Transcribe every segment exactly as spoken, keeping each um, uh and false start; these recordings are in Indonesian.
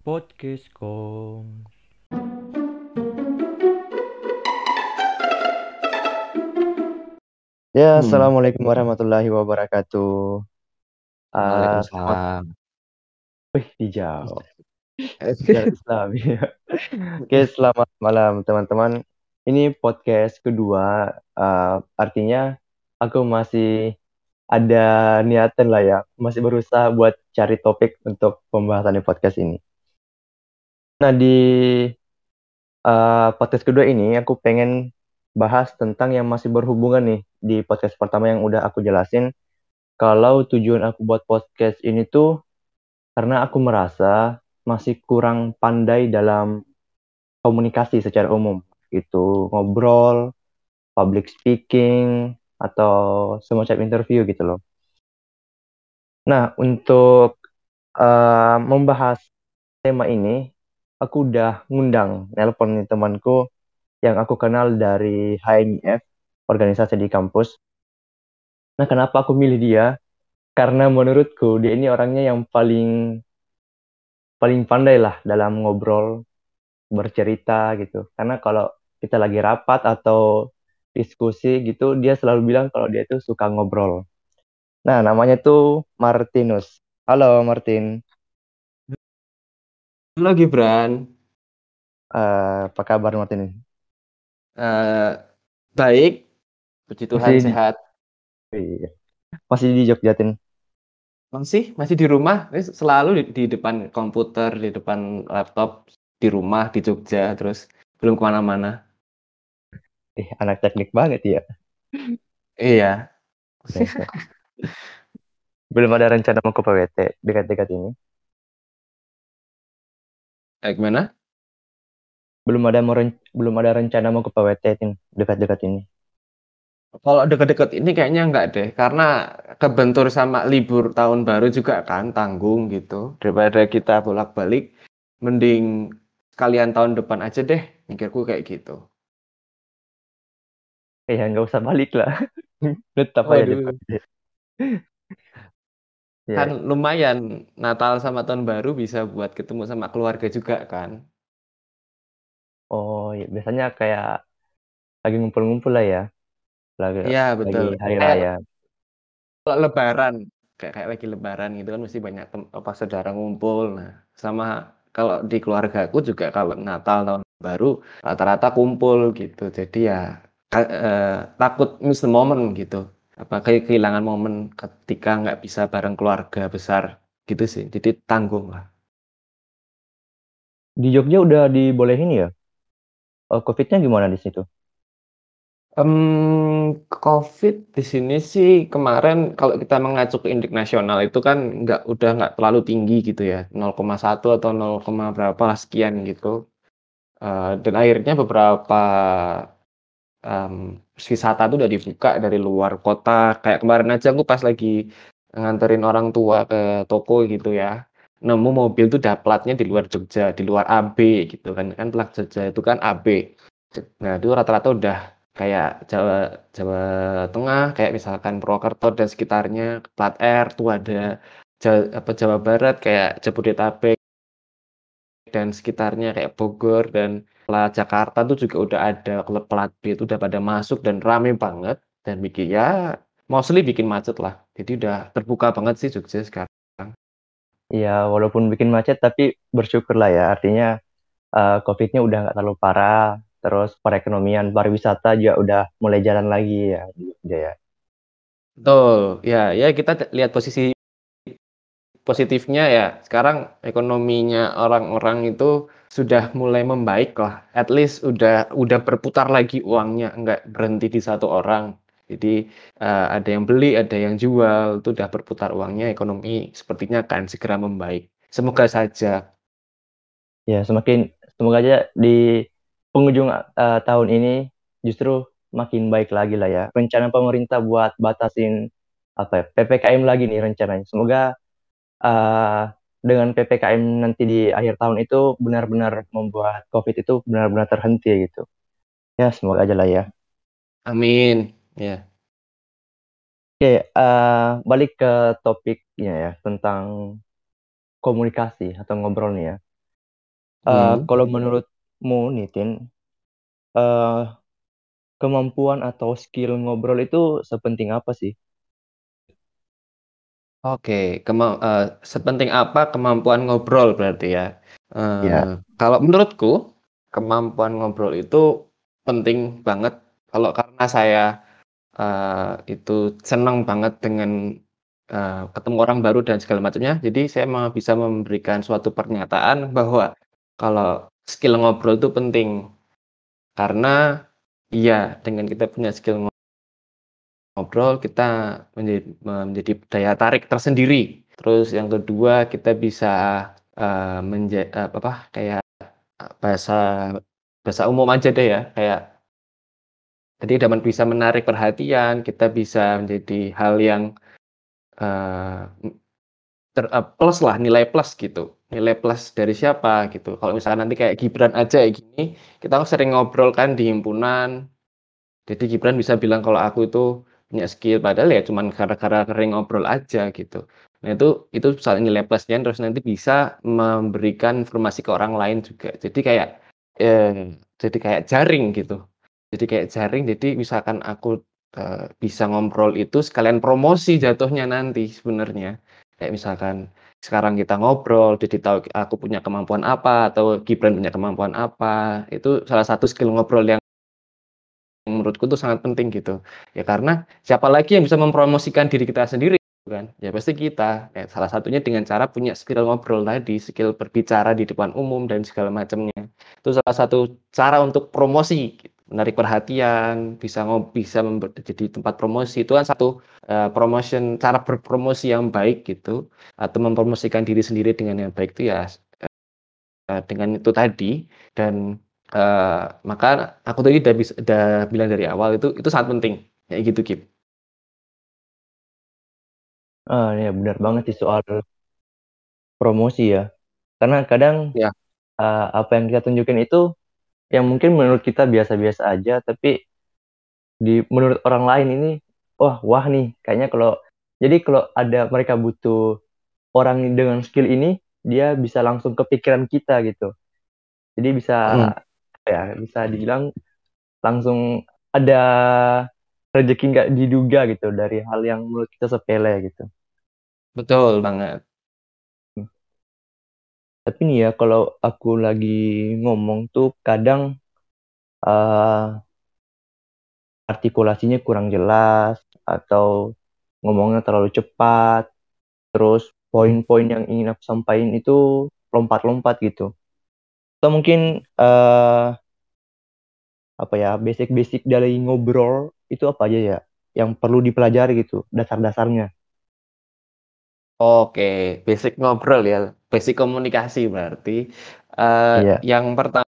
Podcast Kong. Ya, Hmm. Assalamualaikum warahmatullahi wabarakatuh. Ah, selamat, Waalaikumsalam. wih, dijawab. Secara Islami. Oke, selamat malam teman-teman. Ini podcast kedua, ah, artinya aku masih ada niatan lah ya, masih berusaha buat cari topik untuk pembahasan di podcast ini. Nah, di ah, podcast kedua ini aku pengen bahas tentang yang masih berhubungan nih di podcast pertama yang udah aku jelasin. Kalau tujuan aku buat podcast ini tuh karena aku merasa masih kurang pandai dalam komunikasi secara umum, gitu, ngobrol, public speaking, atau semacam interview gitu loh. Nah, untuk eh, membahas tema ini, aku udah ngundang, nelpon nih temanku yang aku kenal dari H M I F, organisasi di kampus. Nah, kenapa aku milih dia? Karena menurutku dia ini orangnya yang paling paling pandai lah dalam ngobrol, bercerita gitu. Karena kalau kita lagi rapat atau diskusi gitu, dia selalu bilang kalau dia itu suka ngobrol. Nah, namanya tuh Martinus. Halo Martin. Halo Gibran. Eh, apa kabar Martin? Eh, baik, puji Masih Tuhan di sehat. iya. Masih di Jogja, Tin? Masih masih di rumah, Ini selalu di, di depan komputer, di depan laptop, di rumah di Jogja, terus belum kemana-mana. Eh, anak teknik banget ya. Iya. Belum ada rencana mau ke P W T dekat-dekat ini. Eh, gimana? Belum ada mau ren- belum ada rencana mau ke P W T, Tin, dekat-dekat ini. Kalau deket-deket ini kayaknya enggak deh, karena kebentur sama libur tahun baru juga kan, tanggung gitu. Daripada kita bolak-balik, mending sekalian tahun depan aja deh, mikirku kayak gitu. Eh, ya nggak usah balik lah. Tetap aja di Waduh. P W T. Kan Ya. lumayan Natal sama Tahun Baru bisa buat ketemu sama keluarga juga kan. Oh, ya, biasanya kayak lagi ngumpul-ngumpul lah ya. Lagi Iya lagi betul. hari Kayak raya. kalau Lebaran, kayak kayak lagi Lebaran gitu kan mesti banyak tem- apa saudara ngumpul. Nah, sama kalau di keluarga aku juga kalau Natal Tahun Baru rata-rata kumpul gitu. Jadi ya ka- eh, takut miss the moment gitu. Apa kayak kehilangan momen ketika nggak bisa bareng keluarga besar gitu sih. Jadi tanggung lah. Di Jogja udah dibolehin ya? Eh, COVID-nya gimana di situ? Mmm, COVID di sini sih kemarin kalau kita mengacu ke indeks nasional itu kan nggak udah nggak terlalu tinggi gitu ya, nol koma satu atau nol, berapa lah sekian gitu. Eee, dan akhirnya beberapa, mmm, wisata tuh udah dibuka dari luar kota. Kayak kemarin aja aku pas lagi nganterin orang tua ke toko gitu ya, nemu mobil tuh udah platnya di luar Jogja, di luar A B gitu kan, kan plat Jogja itu kan A B. Nah, itu rata-rata udah kayak Jawa Jawa Tengah, kayak misalkan Purwokerto dan sekitarnya, plat R tuh ada, ja apa, Jawa Barat kayak Jabodetabek dan sekitarnya kayak Bogor dan plat Jakarta tuh juga udah ada klub plat B itu udah pada masuk dan rame banget dan bikin ya mostly bikin macet lah. Jadi udah terbuka banget sih Jogja sekarang. Ya, walaupun bikin macet, tapi bersyukur lah ya. Artinya eh, COVID-nya udah nggak terlalu parah. Terus perekonomian pariwisata juga udah mulai jalan lagi ya di Jogja ya. Betul, ya ya kita t lihat posisi positifnya ya, sekarang ekonominya orang-orang itu sudah mulai membaik lah. At least udah udah berputar lagi uangnya, nggak berhenti di satu orang. Jadi eh, ada yang beli, ada yang jual, itu udah berputar uangnya, ekonomi sepertinya akan segera membaik. Semoga saja. Ya, semakin semoga aja di penghujung eh, tahun ini justru makin baik lagi lah ya. Rencana pemerintah buat batasin apa ya, P P K M lagi nih rencananya. Semoga eh, dengan P P K M nanti di akhir tahun itu benar-benar membuat COVID itu benar-benar terhenti gitu. Ya, semoga aja lah ya. Amin. Ya. Oke, eh, balik ke topiknya ya tentang komunikasi atau ngobrol nih ya. Uh, Hmm. kalau menurutmu nih, Tin, uh, kemampuan atau skill ngobrol itu sepenting apa sih? Oke, kema eee, sepenting apa kemampuan ngobrol berarti ya? Ya, Eee, kalau menurutku, kemampuan ngobrol itu penting banget kalau karena saya, eee, itu senang banget dengan, eee, ketemu orang baru dan segala macamnya. Jadi saya mau bisa memberikan suatu pernyataan bahwa kalau skill ngobrol itu penting. Karena iya, dengan kita punya skill ngobrol, kita menjadi menjadi daya tarik tersendiri. Terus yang kedua kita bisa, eee, menja eee, apa, kayak bahasa bahasa umum aja deh ya, kayak tadi dapat bisa menarik perhatian, kita bisa menjadi hal yang, eee, m ter eee, plus lah, nilai plus gitu. Nilai plus dari siapa gitu. Kalau misalkan nanti kayak Gibran aja kayak gini, kita kan sering ngobrol kan di himpunan. Jadi Gibran bisa bilang kalau aku itu punya skill, padahal ya cuman gara-gara sering ngobrol aja gitu. Nah itu itu misalnya nilai plusnya, terus nanti bisa memberikan informasi ke orang lain juga. Jadi kayak, eee, jadi kayak jaring gitu. Jadi kayak jaring, jadi misalkan aku, eee, bisa ngobrol itu sekalian promosi jatuhnya nanti sebenarnya. Kayak misalkan sekarang kita ngobrol, jadi tahu aku punya kemampuan apa, atau Gibran punya kemampuan apa, itu salah satu skill ngobrol yang menurutku tuh sangat penting gitu. Ya karena siapa lagi yang bisa mempromosikan diri kita sendiri gitu kan, ya pasti kita. Ya salah satunya dengan cara punya skill ngobrol tadi, skill berbicara di depan umum dan segala macamnya. Itu salah satu cara untuk promosi gitu, menarik perhatian, bisa ngob bisa membe jadi tempat promosi, itu kan satu, eee, promotion cara berpromosi yang baik gitu, atau mempromosikan diri sendiri dengan yang baik itu ya Eee, dengan itu tadi dan, eee, maka aku tadi udah bis udah bilang dari awal itu itu sangat penting, kayak gitu, Gib. ah, ya benar banget sih soal promosi ya. Karena kadang Ya. uh, apa yang kita tunjukin itu yang mungkin menurut kita biasa-biasa aja, tapi di menurut orang lain ini, wah wah nih, kayaknya kalau jadi kalau ada mereka butuh orang dengan skill ini, dia bisa langsung kepikiran kita gitu. Jadi bisa Mhm, ya bisa dibilang langsung ada rezeki nggak diduga gitu dari hal yang menurut kita sepele gitu. betul banget. Hmm. Tapi nih ya kalau aku lagi ngomong tuh kadang eh, artikulasinya kurang jelas atau ngomongnya terlalu cepat, terus Mhm. poin-poin yang ingin aku sampaikan itu lompat-lompat gitu. Atau mungkin eh, apa ya basic-basic dari ngobrol itu apa aja ya yang perlu dipelajari gitu, dasar-dasarnya. Oke, basic ngobrol ya, basic komunikasi berarti. Eee, Iya, yang pertama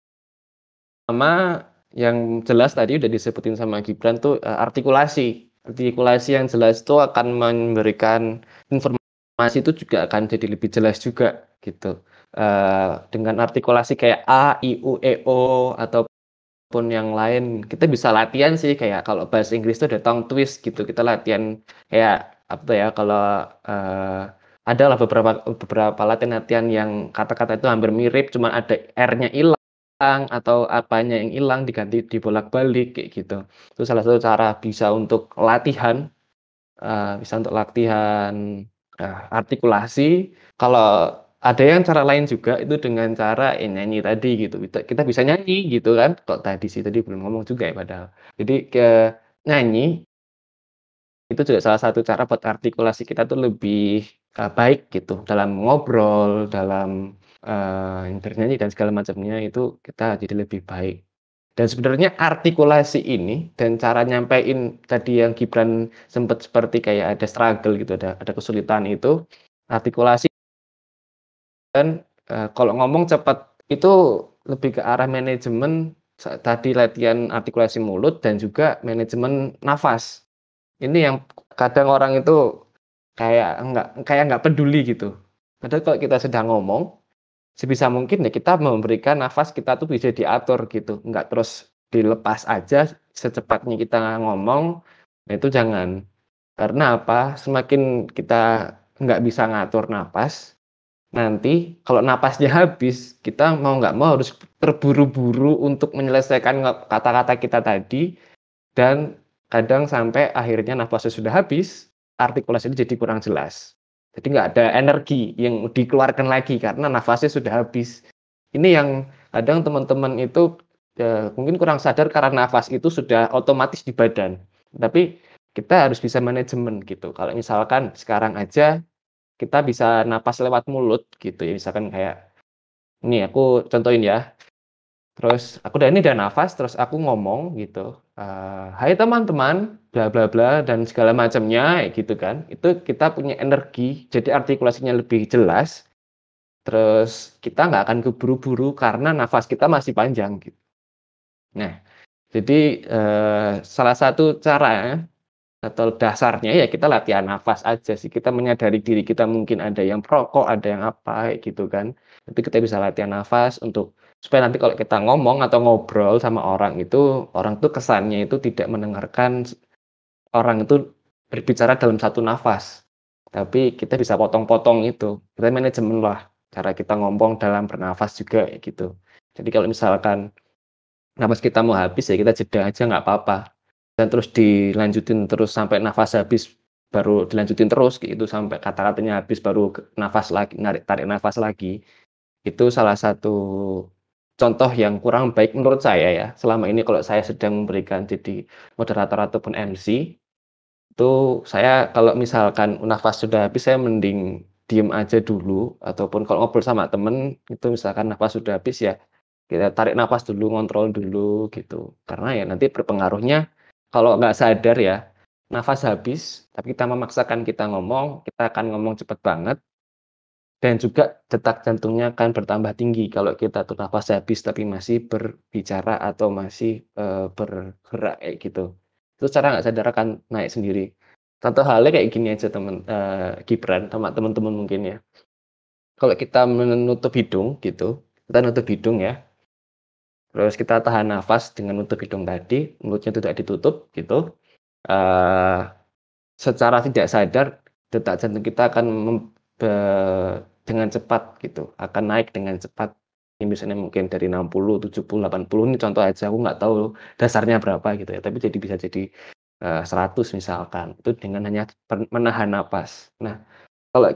yang jelas tadi udah disebutin sama Gibran tuh, eee, artikulasi. Artikulasi yang jelas itu akan memberikan informasi itu juga akan jadi lebih jelas juga gitu. Eee, dengan artikulasi kayak A, I, U, E, O, ataupun yang lain, kita bisa latihan sih kayak kalau bahasa Inggris itu ada tongue twist gitu, kita latihan kayak apa ya, kalau, eee, ada lah beberapa beberapa latihan-latihan yang kata-kata itu hampir mirip, cuman ada R-nya ilang atau apanya yang hilang diganti dibolak-balik kayak gitu. Itu salah satu cara bisa untuk latihan, eee, bisa untuk latihan, eee, artikulasi. Kalau ada yang cara lain juga itu dengan cara, eee, nyanyi tadi gitu, kita kita bisa nyanyi gitu kan, kok tadi sih tadi belum ngomong juga ya padahal. Jadi ke nyanyi itu juga salah satu cara buat artikulasi kita tuh lebih, eee, baik gitu dalam ngobrol, dalam, eee, bernyanyi dan segala macamnya itu kita jadi lebih baik. Dan sebenarnya artikulasi ini dan cara nyampein tadi yang Gibran sempet seperti kayak ada struggle gitu, ada ada kesulitan itu, artikulasi dan, eee, kalau ngomong cepat itu lebih ke arah manajemen sa tadi latihan artikulasi mulut dan juga manajemen nafas. Ini yang kadang orang itu kayak enggak kayak nggak peduli gitu. Padahal kalau kita sedang ngomong, sebisa mungkin ya kita memberikan nafas kita tuh bisa diatur gitu, nggak terus dilepas aja secepatnya kita ngomong, nah itu jangan. Karena apa, semakin kita nggak bisa ngatur napas, nanti kalau napasnya habis, kita mau nggak mau harus terburu-buru untuk menyelesaikan nge kata-kata kita tadi, dan kadang sampai akhirnya napasnya sudah habis, artikulasi itu jadi kurang jelas. Jadi nggak ada energi yang dikeluarkan lagi karena nafasnya sudah habis. Ini yang kadang teman-teman itu, eee, mungkin kurang sadar karena nafas itu sudah otomatis di badan. Tapi kita harus bisa manajemen gitu. Kalau misalkan sekarang aja kita bisa napas lewat mulut gitu ya, misalkan kayak ini aku contohin ya, terus aku udah ini udah nafas, terus aku ngomong gitu, eee, "Hai teman-teman, bla bla bla," dan segala macamnya kayak gitu kan. Itu kita punya energi, jadi artikulasinya lebih jelas, terus kita nggak akan keburu-buru karena nafas kita masih panjang gitu. Nah, jadi, eee, salah satu cara atau dasarnya ya kita latihan nafas aja sih, kita menyadari diri kita mungkin ada yang perokok, ada yang apa, kayak gitu kan. Nanti kita bisa latihan nafas untuk supaya nanti kalau kita ngomong atau ngobrol sama orang itu, orang tuh kesannya itu tidak mendengarkan s orang itu berbicara dalam satu nafas, tapi kita bisa potong-potong itu. Kita manajemen lah cara kita ngomong dalam bernafas juga, kayak gitu. Jadi kalau misalkan napas kita mau habis, ya kita jeda aja nggak apa-apa. Dan terus dilanjutin terus sampai nafas habis, baru dilanjutin terus gitu sampai kata-katanya habis baru ke nafas lagi, narik tarik nafas lagi. Itu salah satu contoh yang kurang baik menurut saya ya, selama ini kalau saya sedang memberikan jadi moderator ataupun M C, itu saya kalau misalkan nafas sudah habis, saya mending diem aja dulu, ataupun kalau ngobrol sama temen, itu misalkan nafas sudah habis ya, kita tarik nafas dulu, ngontrol dulu gitu. Karena ya nanti berpengaruhnya kalau nggak sadar ya, nafas habis, tapi kita memaksakan kita ngomong, kita akan ngomong cepet banget, dan juga detak jantungnya akan bertambah tinggi kalau kita tuh nafas habis tapi masih berbicara atau masih, eee, bergerak kayak gitu. Itu secara nggak sadar akan naik sendiri. Contoh halnya kayak gini aja temen eee, Gibran sama temen-temen mungkin ya. Kalau kita menutup hidung gitu, kita nutup hidung ya, terus kita tahan nafas dengan nutup hidung tadi, mulutnya tidak ditutup gitu, eee, secara tidak sadar detak jantung kita akan mem eee, dengan cepat gitu, akan naik dengan cepat. Yang biasanya mungkin dari enam puluh, tujuh puluh, delapan puluh ini contoh aja, aku nggak tahu dasarnya berapa gitu ya, tapi jadi bisa jadi, eee, seratus misalkan, itu dengan hanya per menahan napas. Nah, kalau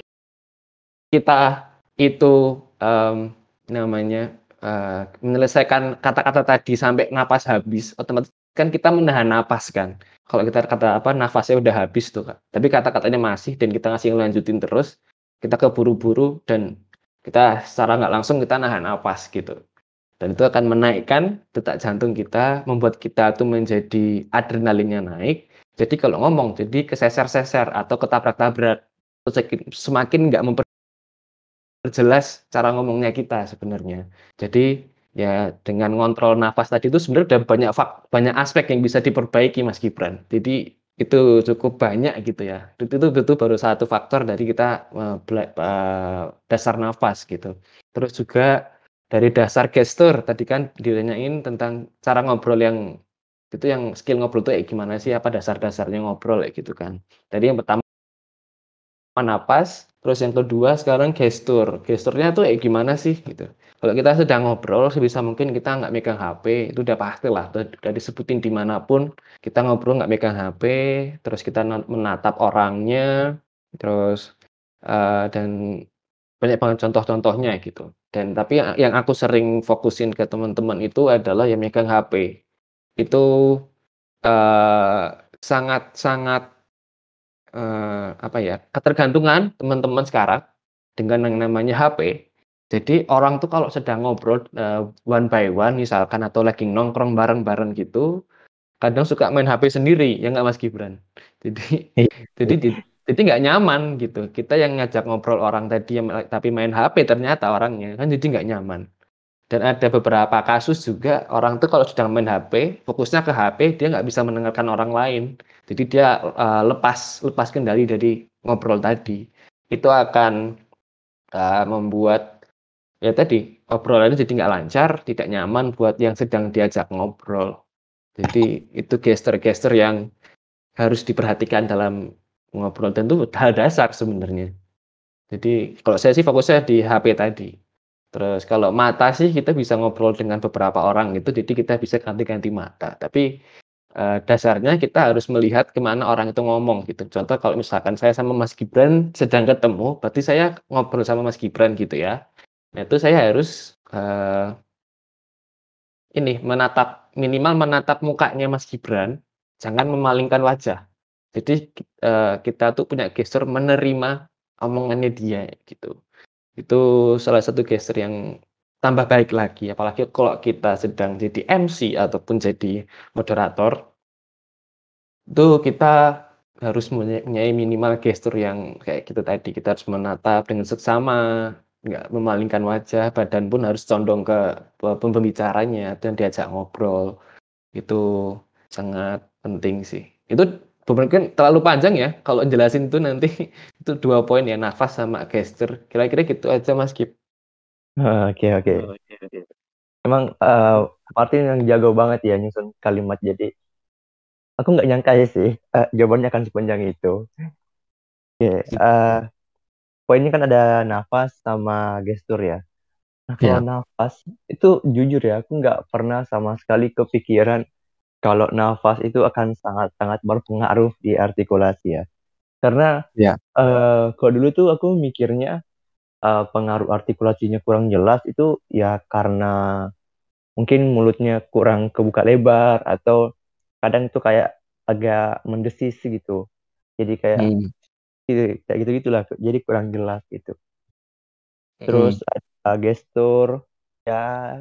kita itu, mmm, namanya, eee, menyelesaikan kata-kata tadi sampai napas habis, otomatis kan kita menahan napas kan. Kalau kita kata apa, nafasnya udah habis tuh, Kak, tapi kata-katanya masih dan kita masih ngelanjutin terus, kita keburu-buru dan kita secara nggak langsung kita nahan napas gitu. Dan itu akan menaikkan detak jantung kita, membuat kita tuh menjadi adrenalinnya naik. Jadi kalau ngomong jadi keseser-seser atau ketabrak-tabrak, terus semakin nggak memper Perjelas cara ngomongnya kita sebenarnya. Jadi, ya dengan ngontrol nafas tadi itu sebenarnya udah banyak fak banyak aspek yang bisa diperbaiki Mas Gibran. Jadi itu cukup banyak gitu ya. Itu tuh itu baru satu faktor dari kita, eee, bela eee, dasar nafas gitu. Terus juga dari dasar gestur, tadi kan ditanyain tentang cara ngobrol yang itu yang skill ngobrol tuh kayak gimana sih, apa dasar-dasarnya ngobrol kayak gitu kan. Tadi yang pertama napas, terus yang kedua sekarang gestur. Gesturnya tuh kayak gimana sih gitu. Kalau kita sedang ngobrol sebisa mungkin kita nggak megang H P, itu udah pastilah, udah udah disebutin di mana pun kita ngobrol nggak megang H P, terus kita non menatap orangnya, terus, eee, dan banyak banget contoh-contohnya gitu. Dan tapi ya yang aku sering fokusin ke teman-teman itu adalah yang megang H P. Itu, eee, sangat sangat Eee, apa ya, ketergantungan teman-teman sekarang dengan yang namanya H P. Jadi orang tuh kalau sedang ngobrol, eee, one by one misalkan atau lagi nongkrong bareng-bareng gitu, kadang suka main H P sendiri, ya nggak Mas Gibran? Jadi Iya jadi sih. di jadi nggak nyaman gitu. Kita yang ngajak ngobrol orang tadi yang tapi main H P ternyata orangnya, kan jadi nggak nyaman. Dan ada beberapa kasus juga orang tuh kalau sedang main H P, fokusnya ke H P, dia nggak bisa mendengarkan orang lain. Jadi dia, eee, lepas lepas kendali dari ngobrol tadi. Itu akan, eee, membuat ya tadi, obrolannya jadi nggak lancar, tidak nyaman buat yang sedang diajak ngobrol. Jadi itu gestur-gestur yang harus diperhatikan dalam ngobrol dan itu hal dasar sebenarnya. Jadi kalau saya sih fokusnya di H P tadi. Terus kalau mata sih kita bisa ngobrol dengan beberapa orang gitu, jadi kita bisa ganti-ganti mata. Tapi, eee, dasarnya kita harus melihat ke mana orang itu ngomong gitu. Contoh kalau misalkan saya sama Mas Gibran sedang ketemu, berarti saya ngobrol sama Mas Gibran gitu ya. Nah itu saya harus, eee ini, menatap minimal menatap mukanya Mas Gibran, jangan memalingkan wajah. Jadi, ki eee, kita tuh punya gestur menerima omongannya dia gitu. Itu salah satu gestur yang tambah baik lagi, apalagi kalau kita sedang jadi M C ataupun jadi moderator, itu kita harus punya punyai minimal gestur yang kayak gitu tadi. Kita harus menatap dengan seksama, nggak memalingkan wajah, badan pun harus condong ke pe pembicaranya dan diajak ngobrol. Itu sangat penting sih. Itu mungkin terlalu panjang ya kalau jelasin itu nanti itu dua poin ya, nafas sama gestur. Kira-kira gitu aja Mas Gib. Oke oke. Oh, oke oke. Emang, eee, Martin yang jago banget ya nyusun kalimat, jadi aku nggak nyangka ya sih, eee, jawabannya akan sepanjang itu. Oke, eee, poinnya kan ada nafas sama gestur ya. Nah, kalau Iya. nafas itu jujur ya, aku nggak pernah sama sekali kepikiran kalau nafas itu akan sangat-sangat berpengaruh di artikulasi ya. Karena, Iya. eee, kalau dulu tuh aku mikirnya, eee, pengaruh artikulasinya kurang jelas itu ya karena mungkin mulutnya kurang kebuka lebar atau kadang tuh kayak agak mendesis gitu. Jadi kayak Mhm. gitu, kayak gitu-gitulah, jadi kurang jelas gitu. Terus Mhm. ada gestur, ya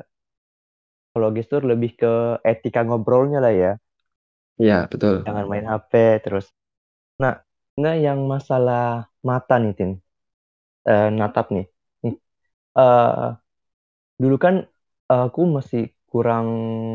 kalau gestur lebih ke etika ngobrolnya lah ya, Iya, betul. jangan main H P terus. Nah, nah yang masalah mata nih Tin, eee, natap nih. Nih, eee, dulu kan aku masih kurang,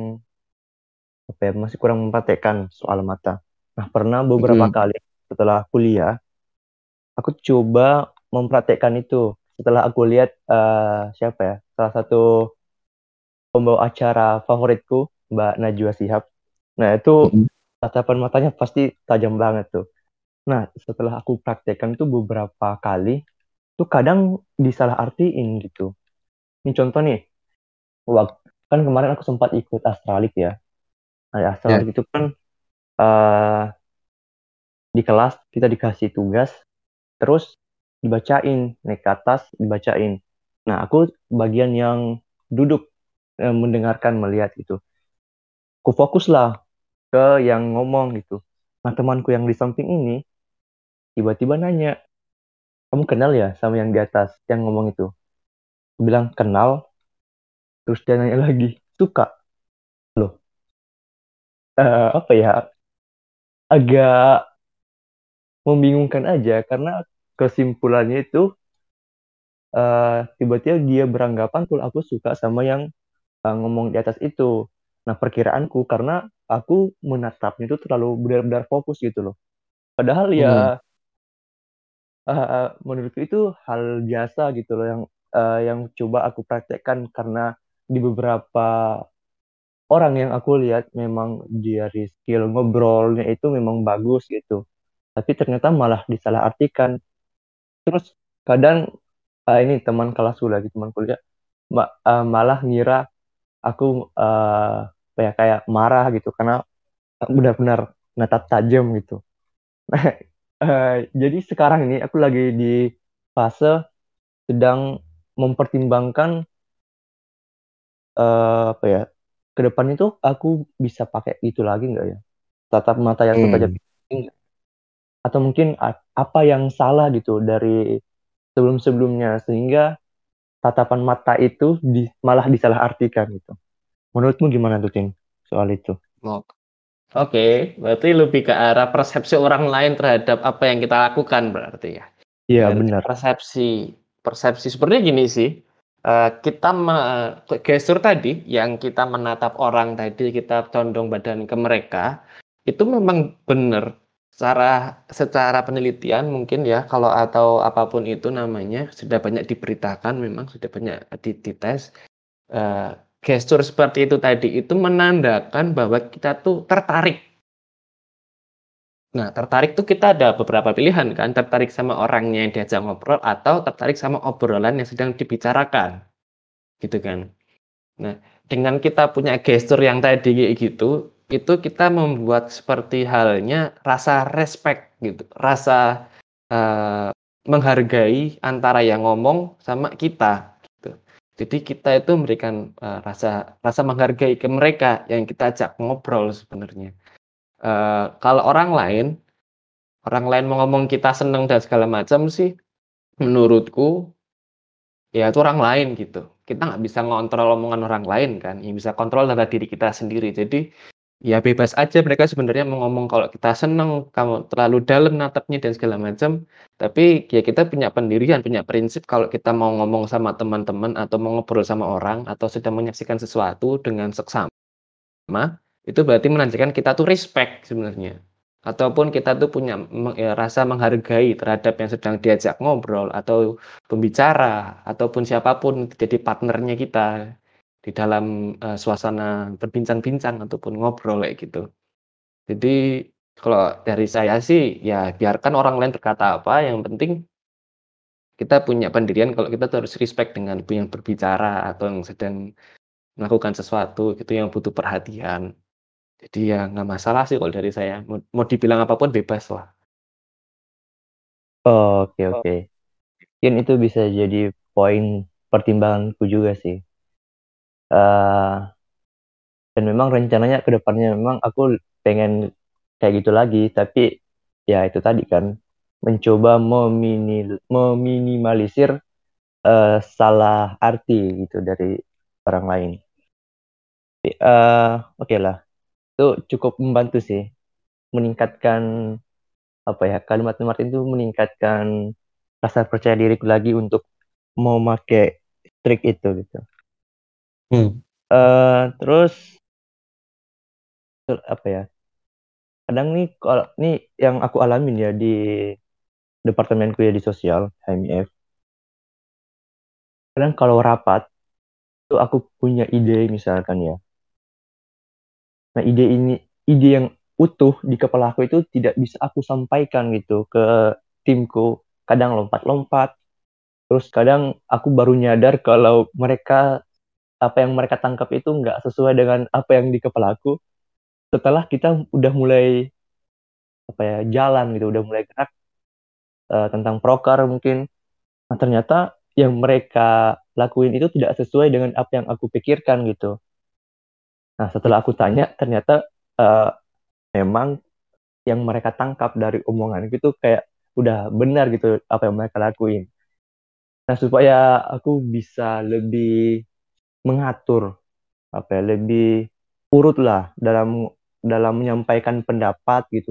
apa ya, masih kurang mempraktekkan soal mata. Nah, pernah beberapa Mhm. kali setelah kuliah, aku coba mempraktekkan itu. Setelah aku lihat, eee, siapa ya, salah satu pembawa acara favoritku, Mbak Najwa Shihab. Nah, itu Mhm. tatapan matanya pasti tajam banget tuh. Nah, setelah aku praktekkan tuh beberapa kali, tuh kadang disalahartiin gitu. Ini contoh nih, wak kan kemarin aku sempat ikut astralik ya. Nah, Ya. astralik itu kan, eee, di kelas kita dikasih tugas, terus dibacain, naik ke atas, dibacain. Nah, aku bagian yang duduk, eee, mendengarkan, melihat gitu. Aku fokuslah ke yang ngomong gitu. Nah, temanku yang di samping ini tiba-tiba nanya, "Kamu kenal ya sama yang di atas yang ngomong itu?" Aku bilang, "Kenal." Terus dia nanya lagi, "Suka?" Loh, eee, apa ya, agak membingungkan aja karena kesimpulannya itu, eee, tiba-tiba dia beranggapan kalau aku suka sama yang, eee, ngomong di atas itu. Nah, perkiraanku karena aku menatapnya itu terlalu benar-benar fokus gitu loh. Padahal Mhm. ya, eee, menurutku itu hal biasa gitu loh yang, eee, yang coba aku praktekkan karena di beberapa orang yang aku lihat memang dari skill ngobrolnya itu memang bagus gitu, tapi ternyata malah disalahartikan. Terus kadang, eee, ini teman kelasku lagi, teman kuliah, ma eee, malah ngira aku, eee, apa ya, kayak marah gitu karena benar-benar natap tajam gitu. Nah, eee, jadi sekarang ini aku lagi di fase sedang mempertimbangkan, eee, apa ya, ke depannya tuh aku bisa pakai itu lagi nggak ya? Tatap mata yang setajam Mmm. ini, atau mungkin a apa yang salah gitu dari sebelum-sebelumnya sehingga tatapan mata itu di malah disalahartikan gitu. Menurutmu gimana tuh, Tin, soal itu? Oh, oke. Berarti lebih ke arah persepsi orang lain terhadap apa yang kita lakukan berarti ya? Iya, Berarti benar. persepsi persepsi sebenarnya gini sih, eee, kita me gestur tadi yang kita menatap orang tadi, kita condong badan ke mereka, itu memang benar secara secara penelitian mungkin ya kalau atau apapun itu namanya, sudah banyak diberitakan memang sudah banyak di dites, eee, gestur seperti itu tadi itu menandakan bahwa kita tuh tertarik. Nah, tertarik tuh kita ada beberapa pilihan kan, tertarik sama orangnya yang diajak ngobrol atau tertarik sama obrolan yang sedang dibicarakan, gitu kan. Nah, dengan kita punya gestur yang tadi kayak gitu, itu kita membuat seperti halnya rasa respect gitu, rasa, eee, menghargai antara yang ngomong sama kita, gitu. Jadi kita itu memberikan, eee, rasa rasa menghargai ke mereka yang kita ajak ngobrol sebenarnya. Eee, kalau orang lain orang lain mau ngomong kita seneng dan segala macam sih, menurutku, ya itu orang lain gitu. Kita nggak bisa ngontrol omongan orang lain kan, yang bisa kontrol adalah diri kita sendiri. Jadi, ya bebas aja mereka sebenarnya mau ngomong kalau kita seneng, kamu terlalu dalam natapnya dan segala macam. Tapi ya kita punya pendirian, punya prinsip kalau kita mau ngomong sama teman-teman atau mau ngobrol sama orang atau sedang menyaksikan sesuatu dengan seksama, itu berarti menandakan kita tuh respect sebenarnya. Ataupun kita tuh punya me eee, rasa menghargai terhadap yang sedang diajak ngobrol atau pembicara, ataupun siapapun jadi partnernya kita di dalam, eee, suasana berbincang-bincang ataupun ngobrol kayak gitu. Jadi kalau dari saya sih ya biarkan orang lain berkata apa, yang penting kita punya pendirian kalau kita tuh harus respect dengan yang berbicara atau yang sedang melakukan sesuatu gitu yang butuh perhatian. Jadi ya nggak masalah sih kalau dari saya, mau mau dibilang apapun bebas lah. Oke, Oh. oke. Mungkin itu bisa jadi poin pertimbanganku juga sih. Eh, dan memang rencananya ke depannya memang aku pengen kayak gitu lagi, tapi ya itu tadi kan mencoba memini- meminimalisir eh, salah arti gitu dari orang lain. Tapi, eh, oke lah, itu cukup membantu sih meningkatkan apa ya kalimat Martin itu meningkatkan rasa percaya diriku lagi untuk mau pakai trik itu gitu. Hmm. Eh terus ter- apa ya? Kadang nih kalau nih yang aku alamin ya di departemenku ya di sosial H M I F. Kadang kalau rapat itu aku punya ide misalkan ya. Nah, ide ini ide yang utuh di kepala aku itu tidak bisa aku sampaikan gitu ke timku. Kadang lompat-lompat, terus kadang aku baru nyadar kalau mereka apa yang mereka tangkap itu nggak sesuai dengan apa yang di kepala aku setelah kita udah mulai apa ya jalan gitu udah mulai gerak eh, tentang proker mungkin nah ternyata yang mereka lakuin itu tidak sesuai dengan apa yang aku pikirkan gitu nah setelah aku tanya ternyata eh, memang yang mereka tangkap dari omongan itu kayak udah benar gitu apa yang mereka lakuin nah supaya aku bisa lebih mengatur apa ya lebih urut lah dalam dalam menyampaikan pendapat gitu.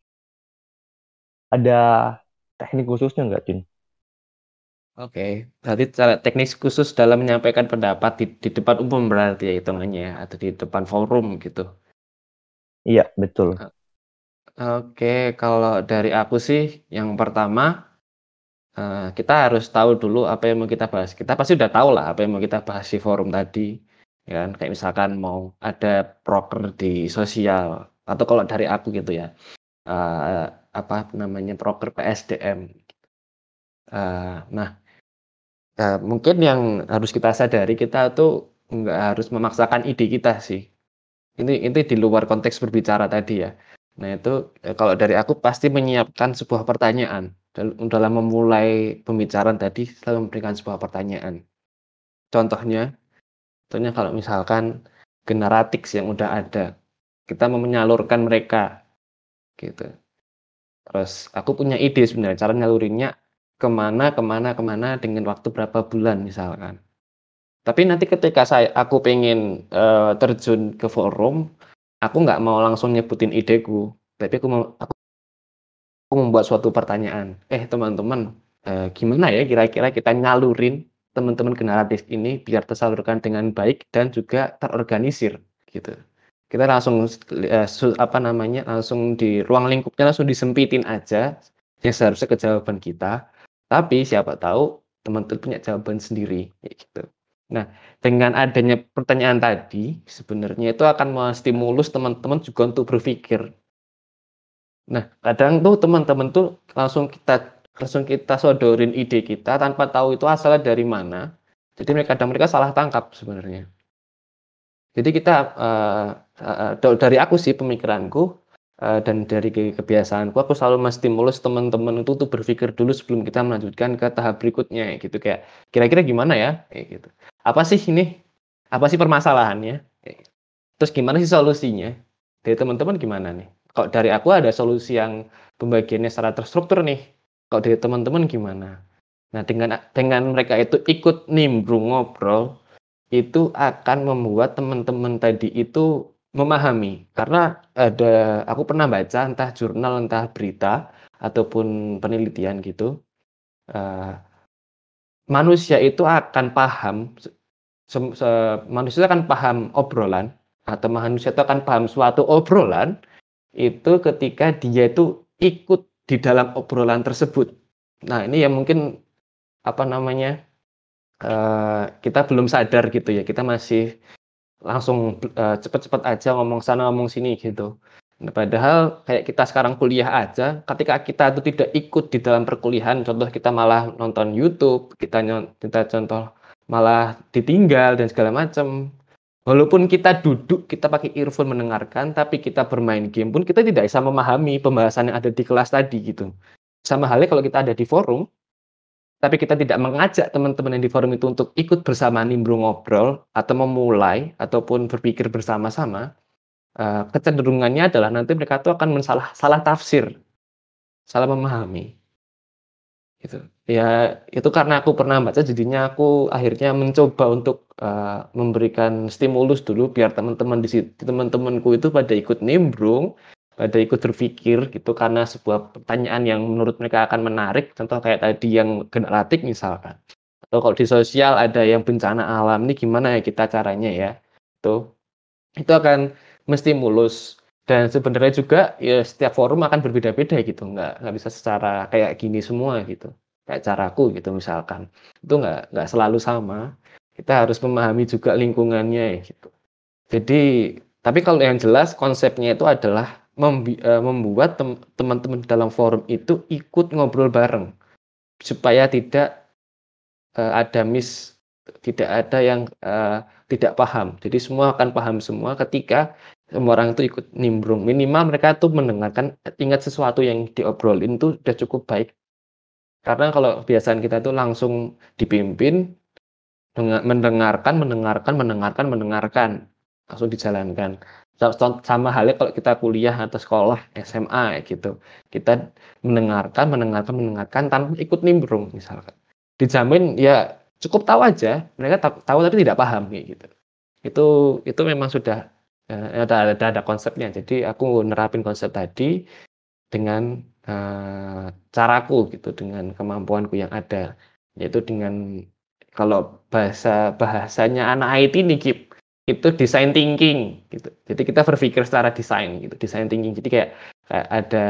Ada teknik khususnya nggak, Tin? Oke, berarti cara teknis khusus dalam menyampaikan pendapat di di depan umum berarti ya hitungannya ya, atau di depan forum gitu? Iya, betul. Oke, kalau dari aku sih yang pertama, eee, kita harus tahu dulu apa yang mau kita bahas. Kita pasti udah tahu lah apa yang mau kita bahas di forum tadi, ya kan. Kayak misalkan mau ada proker di sosial, atau kalau dari aku gitu ya, eee, apa namanya, proker P S D M. Eee, nah, eee, mungkin yang harus kita sadari kita tuh nggak harus memaksakan ide kita sih. Ini ini di luar konteks berbicara tadi ya. Nah itu, eee, kalau dari aku pasti menyiapkan sebuah pertanyaan dal dalam memulai pembicaraan tadi selalu memberikan sebuah pertanyaan. Contohnya contohnya kalau misalkan generatics yang udah ada, kita mau menyalurkan mereka gitu. Terus aku punya ide sebenarnya cara nyalurinnya kemana kemana kemana dengan waktu berapa bulan misalkan. Tapi nanti ketika saya aku pengen, eee, terjun ke forum, aku nggak mau langsung nyebutin ideku, tapi aku mau aku membuat suatu pertanyaan, "Eh teman-teman, eee, gimana ya kira-kira kita nyalurin teman-teman generatif ini biar tersalurkan dengan baik dan juga terorganisir?" Gitu. Kita langsung eee, su apa namanya, langsung di ruang lingkupnya langsung disempitin aja, yang seharusnya ke jawaban kita, tapi siapa tahu teman-teman punya jawaban sendiri, kayak gitu. Nah, dengan adanya pertanyaan tadi, sebenarnya itu akan menstimulus teman-teman juga untuk berpikir. Nah, kadang tuh teman-teman tuh langsung kita langsung kita sodorin ide kita tanpa tahu itu asalnya dari mana. Jadi mereka kadang mereka salah tangkap sebenarnya. Jadi kita uh, uh, dari aku sih pemikiranku uh, dan dari kebiasaanku aku selalu menstimulus teman-teman itu tuh berpikir dulu sebelum kita melanjutkan ke tahap berikutnya gitu kayak kira-kira gimana ya kayak gitu. Apa sih ini? Apa sih permasalahannya? Terus gimana sih solusinya? Dari teman-teman gimana nih? Kalau dari aku ada solusi yang pembagiannya secara terstruktur nih. Kalau dari teman-teman gimana? Nah, dengan dengan mereka itu ikut nimbrung ngobrol, itu akan membuat teman-teman tadi itu memahami. Karena ada aku pernah baca entah jurnal, entah berita ataupun penelitian gitu. Uh, manusia itu akan paham se- se- manusia akan paham obrolan atau manusia itu akan paham suatu obrolan itu ketika dia itu ikut di dalam obrolan tersebut. Nah, ini yang mungkin apa namanya uh, kita belum sadar gitu ya. Kita masih langsung uh, cepet-cepet aja ngomong sana ngomong sini gitu. Nah, padahal kayak kita sekarang kuliah aja, ketika kita itu tidak ikut di dalam perkuliahan, contoh kita malah nonton YouTube, kita kita contoh malah ditinggal dan segala macam. Walaupun kita duduk, kita pakai earphone mendengarkan, tapi kita bermain game pun kita tidak bisa memahami pembahasan yang ada di kelas tadi gitu. Sama halnya kalau kita ada di forum, tapi kita tidak mengajak teman-teman yang di forum itu untuk ikut bersama nimbrung ngobrol atau memulai ataupun berpikir bersama-sama, uh, kecenderungannya adalah nanti mereka tuh akan mensalah salah tafsir, salah memahami. Gitu. Ya itu karena aku pernah baca jadinya aku akhirnya mencoba untuk uh, memberikan stimulus dulu biar teman-teman di situ teman-temanku itu pada ikut nimbrung, pada ikut berpikir gitu karena sebuah pertanyaan yang menurut mereka akan menarik, contoh kayak tadi yang generatif misalkan. Atau kalau di sosial ada yang bencana alam ini gimana ya kita caranya ya. Tuh. Itu akan menstimulus dan sebenarnya juga ya setiap forum akan berbeda-beda gitu, nggak nggak bisa secara kayak gini semua gitu, kayak caraku gitu misalkan, itu nggak nggak selalu sama, kita harus memahami juga lingkungannya gitu. Jadi tapi kalau yang jelas konsepnya itu adalah membi- uh, membuat tem- teman-teman dalam forum itu ikut ngobrol bareng supaya tidak uh, ada miss, tidak ada yang uh, tidak paham. Jadi semua akan paham semua ketika semua orang itu ikut nimbrung. Minimal mereka tuh mendengarkan, ingat sesuatu yang diobrolin itu sudah cukup baik. Karena kalau kebiasaan kita tuh langsung dipimpin, mendengarkan, mendengarkan, mendengarkan, mendengarkan, langsung dijalankan. Sama halnya kalau kita kuliah atau sekolah S M A gitu, kita mendengarkan, mendengarkan, mendengarkan tanpa ikut nimbrung misalkan. Dijamin ya cukup tahu aja, mereka tahu tapi tidak paham kayak gitu. Itu itu memang sudah uh, ada, ada ada konsepnya. Jadi aku nerapin konsep tadi dengan uh, caraku gitu, dengan kemampuanku yang ada, yaitu dengan kalau bahasa bahasanya anak I T nih Kip, itu design thinking gitu. Jadi kita berpikir secara desain gitu, design thinking. Jadi kayak, kayak ada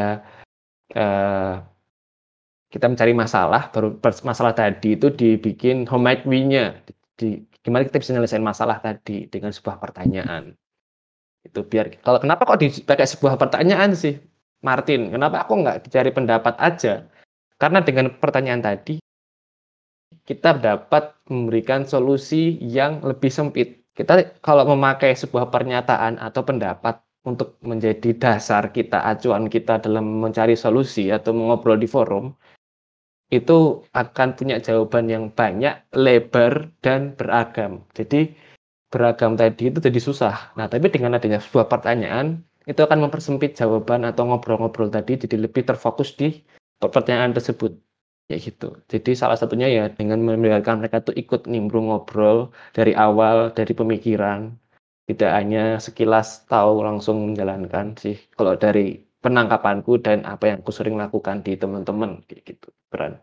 uh, kita mencari masalah, baru masalah tadi itu dibikin homemade we-nya. Di, gimana kita bisa menyelesaikan masalah tadi dengan sebuah pertanyaan. Itu biar kalau kenapa kok dipakai sebuah pertanyaan sih, Martin? Kenapa aku nggak dicari pendapat aja? Karena dengan pertanyaan tadi kita dapat memberikan solusi yang lebih sempit. Kita kalau memakai sebuah pernyataan atau pendapat untuk menjadi dasar kita, acuan kita dalam mencari solusi atau mengobrol di forum, itu akan punya jawaban yang banyak, lebar, dan beragam. Jadi beragam tadi itu jadi susah. Nah, tapi dengan adanya sebuah pertanyaan, itu akan mempersempit jawaban atau ngobrol-ngobrol tadi jadi lebih terfokus di pertanyaan tersebut. Ya gitu. Jadi salah satunya ya dengan membiarkan mereka tuh ikut nimbrung ngobrol dari awal, dari pemikiran. Tidak hanya sekilas tahu langsung menjalankan sih. Kalau dari penangkapanku dan apa yang aku sering lakukan di teman-teman kayak gitu. Beran.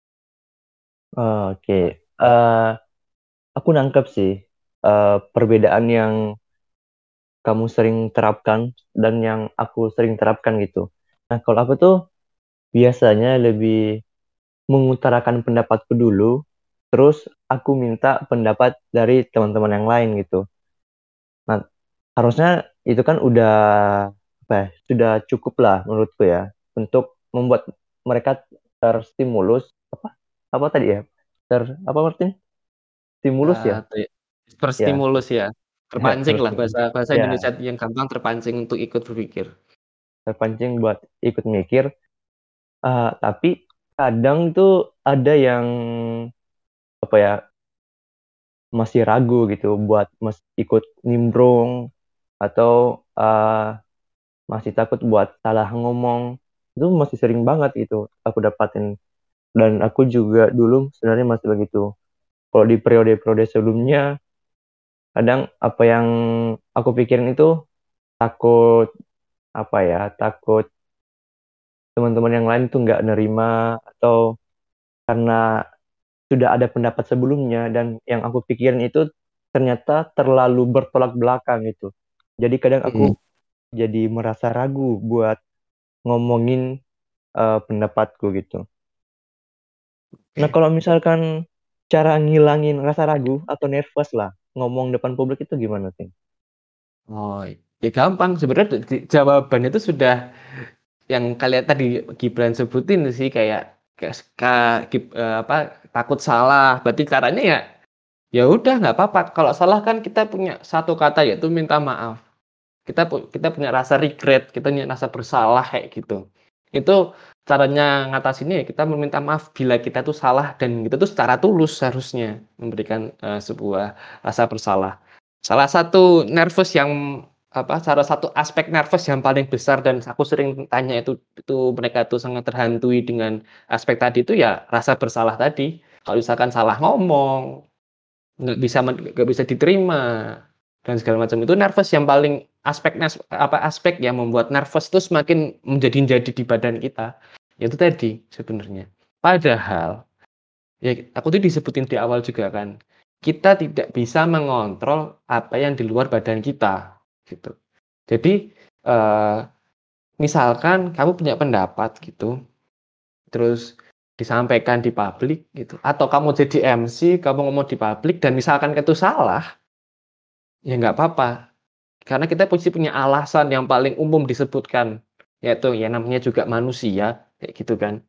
Oke, okay. uh, aku nangkep sih uh, perbedaan yang kamu sering terapkan dan yang aku sering terapkan gitu. Nah, kalau aku tuh biasanya lebih mengutarakan pendapatku dulu, terus aku minta pendapat dari teman-teman yang lain gitu. Nah, harusnya itu kan udah apa ya, sudah cukup lah menurutku ya untuk membuat mereka terstimulus apa apa tadi ya ter apa Martin stimulus ya Eee, ya berstimulus ya, terpancing lah terstimulus bahasa bahasa ya Indonesia yang gampang terpancing untuk ikut berpikir. terpancing buat ikut mikir. Ah, tapi kadang tuh ada yang apa ya masih ragu gitu buat mas ikut nimbrung atau ah, masih takut buat salah ngomong. Itu masih sering banget gitu aku dapatin, dan aku juga dulu sebenarnya masih begitu. Kalau di periode-periode sebelumnya kadang apa yang aku pikirin itu takut apa ya takut teman-teman yang lain tuh nggak nerima, atau karena sudah ada pendapat sebelumnya dan yang aku pikirin itu ternyata terlalu bertolak belakang gitu. Jadi kadang Mhm. aku jadi merasa ragu buat ngomongin eh, pendapatku gitu. Nah, kalau misalkan cara ngilangin rasa ragu atau nervous lah ngomong depan publik itu gimana sih? Oh, ya gampang sebenarnya di jawabannya itu sudah yang kalian tadi Gibran sebutin sih kayak kayak ka gib eee, apa, takut salah, berarti caranya ya, ya udah nggak apa-apa, kalau salah kan kita punya satu kata yaitu minta maaf. Kita pu kita punya rasa regret, kita punya rasa bersalah kayak gitu. Itu caranya ngatasinnya ya kita meminta maaf bila kita tuh salah dan kita tuh secara tulus seharusnya memberikan, eee, sebuah rasa bersalah. Salah satu nervous yang apa, salah satu aspek nervous yang paling besar dan aku sering tanya itu itu mereka tuh sangat terhantui dengan aspek tadi itu ya rasa bersalah tadi. Kalau misalkan salah ngomong, nggak bisa men nggak bisa diterima, dan segala macam. Itu nervous yang paling aspek nes apa, aspek yang membuat nervous itu semakin menjadi-jadi di badan kita. Ya itu tadi sebenarnya. Padahal, ya aku tuh disebutin di awal juga kan, kita tidak bisa mengontrol apa yang di luar badan kita, gitu. Jadi, eee, misalkan kamu punya pendapat gitu, terus disampaikan di publik gitu, atau kamu jadi M C, kamu ngomong di publik dan misalkan itu salah, ya nggak apa-apa, karena kita pasti punya alasan yang paling umum disebutkan, yaitu ya namanya juga manusia, kayak gitu kan.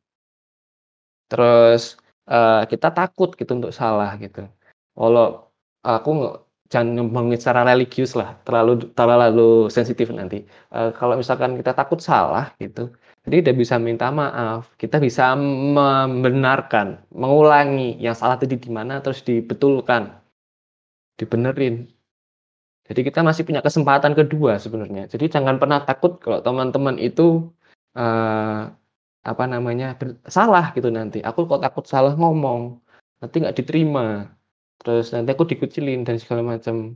Terus, eee, kita takut gitu untuk salah gitu. Kalau aku nge jangan ngomongin secara religius lah, terlalu terlalu sensitif nanti. Eee, kalau misalkan kita takut salah gitu, jadi udah bisa minta maaf, kita bisa membenarkan, mengulangi yang salah tadi di mana, terus dibetulkan, dibenerin. Jadi kita masih punya kesempatan kedua sebenarnya. Jadi jangan pernah takut kalau teman-teman itu, eee, apa namanya, ber salah gitu nanti. Aku kok takut salah ngomong, nanti nggak diterima, terus nanti aku dikucilin dan segala macam.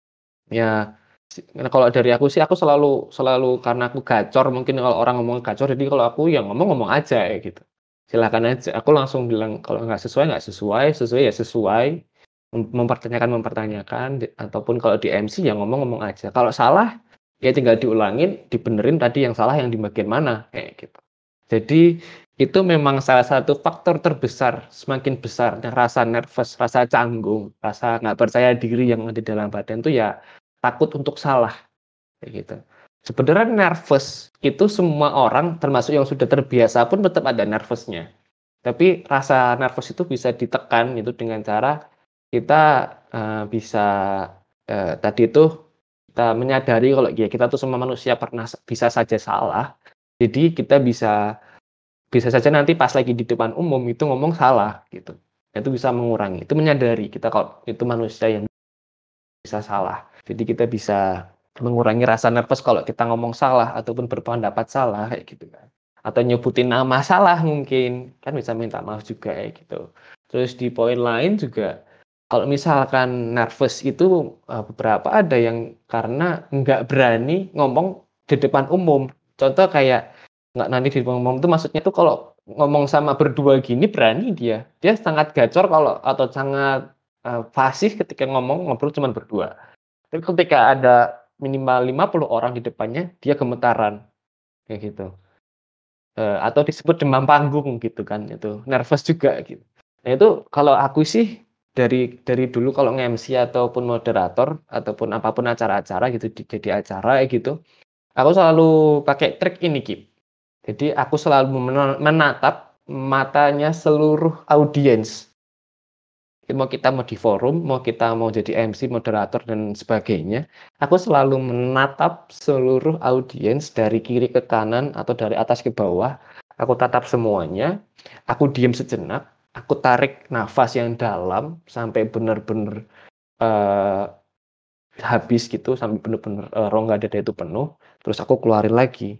Ya, si nah kalau dari aku sih aku selalu selalu karena aku gacor mungkin kalau orang ngomong gacor, jadi kalau aku ya ngomong, ngomong aja kayak gitu. Silakan aja, aku langsung bilang kalau nggak sesuai, nggak sesuai, sesuai ya sesuai, mem mempertanyakan mempertanyakan, di ataupun kalau di M C ya ngomong, ngomong aja. Kalau salah, ya tinggal diulangin, dibenerin tadi yang salah yang di bagian mana, kayak gitu. Jadi, itu memang salah satu faktor terbesar, semakin besarnya rasa nervous, rasa canggung, rasa nggak percaya diri yang ada di dalam badan tuh ya takut untuk salah, kayak gitu. Sebenarnya nervous itu semua orang termasuk yang sudah terbiasa pun tetap ada nervous-nya. Tapi rasa nervous itu bisa ditekan itu dengan cara kita, eee, bisa, eee, tadi itu kita menyadari kalau ya kita tuh semua manusia pernah bisa saja salah. Jadi kita bisa bisa saja nanti pas lagi di depan umum itu ngomong salah gitu. Itu bisa mengurangi, itu menyadari kita kalau itu manusia yang bisa salah. Jadi kita bisa mengurangi rasa nervous kalau kita ngomong salah ataupun berpendapat salah kayak gitu kan. Atau nyebutin nama salah mungkin, kan bisa minta maaf juga kayak gitu. Terus di poin lain juga kalau misalkan nervous itu, eee, beberapa ada yang karena nggak berani ngomong di depan umum. Contoh kayak nggak nanti di depan umum itu maksudnya tuh kalau ngomong sama berdua gini berani dia. Dia sangat gacor kalau atau sangat Eee, fasih ketika ngomong, ngobrol cuman berdua. Tapi ketika ada minimal lima puluh orang di depannya, dia gemetaran, kayak gitu. Eee, atau disebut demam panggung gitu kan, itu nervous juga gitu. Nah itu kalau aku sih dari dari dulu kalau nge-M C ataupun moderator, ataupun apapun acara-acara gitu, di jadi acara kayak gitu, Aku selalu pakai trik ini, Kip. Jadi aku selalu men- menatap matanya seluruh audiens. Mau kita mau di forum, mau kita mau jadi M C, moderator dan sebagainya, aku selalu menatap seluruh audiens dari kiri ke kanan atau dari atas ke bawah. Aku tatap semuanya, aku diam sejenak, aku tarik nafas yang dalam sampai benar-benar uh, habis gitu, sampai benar-benar uh, rongga dada itu penuh, terus aku keluarin lagi.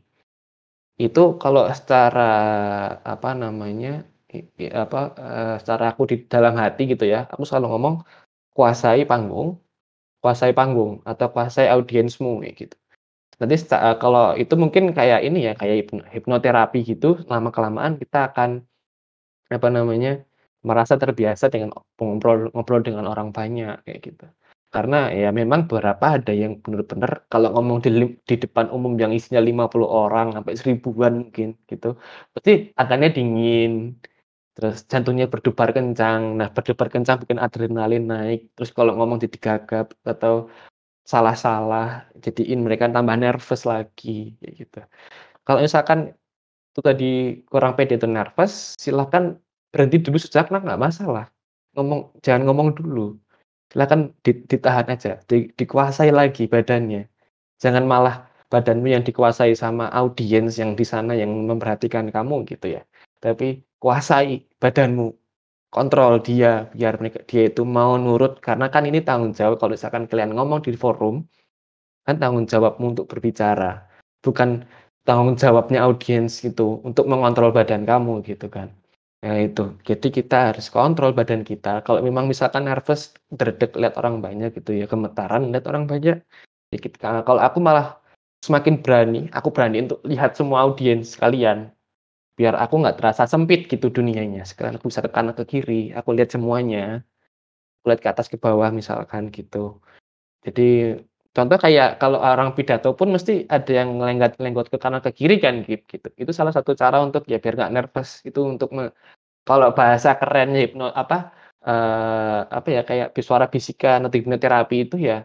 Itu kalau secara apa namanya i- i- apa uh, secara aku di dalam hati gitu ya, aku selalu ngomong kuasai panggung, kuasai panggung atau kuasai audiensmu kayak gitu. Nanti sta- kalau itu mungkin kayak ini ya, kayak hipno- hipnoterapi gitu, lama-kelamaan kita akan apa namanya merasa terbiasa dengan ngobrol ngobrol dengan orang banyak kayak gitu. Karena ya memang beberapa ada yang benar-benar kalau ngomong di, lim- di depan umum yang isinya lima puluh orang sampai seribuan mungkin gitu. Pasti tangannya dingin, terus jantungnya berdebar kencang. Nah, berdebar kencang bikin adrenalin naik. Terus kalau ngomong jadi gagap atau salah-salah, jadiin mereka tambah nervous lagi, kayak gitu. Kalau misalkan itu tadi kurang pede atau nervous, silahkan berhenti dulu sejenak, nggak masalah. Ngomong, jangan ngomong dulu. Silahkan di- ditahan aja, di- dikuasai lagi badannya. Jangan malah badanmu yang dikuasai sama audiens yang di sana yang memperhatikan kamu gitu ya. Tapi kuasai badanmu, kontrol dia biar mereka dia itu mau nurut karena kan ini tanggung jawab kalau misalkan kalian ngomong di forum kan tanggung jawabmu untuk berbicara bukan tanggung jawabnya audiens gitu untuk mengontrol badan kamu gitu kan. Nah itu jadi kita harus kontrol badan kita kalau memang misalkan nervous dredeg lihat orang banyak gitu ya gemetaran lihat orang banyak ya kita, kalau aku malah semakin berani aku berani untuk lihat semua audiens kalian biar aku nggak terasa sempit gitu dunianya sekarang aku bisa ke kanan ke kiri aku lihat semuanya aku lihat ke atas ke bawah misalkan gitu jadi contoh kayak kalau orang pidato pun mesti ada yang ngelenggot-lenggot ke kanan ke kiri kan gitu gitu itu salah satu cara untuk ya biar nggak nervous itu untuk me- kalau bahasa kerennya hipno apa eh, apa ya kayak suara bisikan atau hipnoterapi itu ya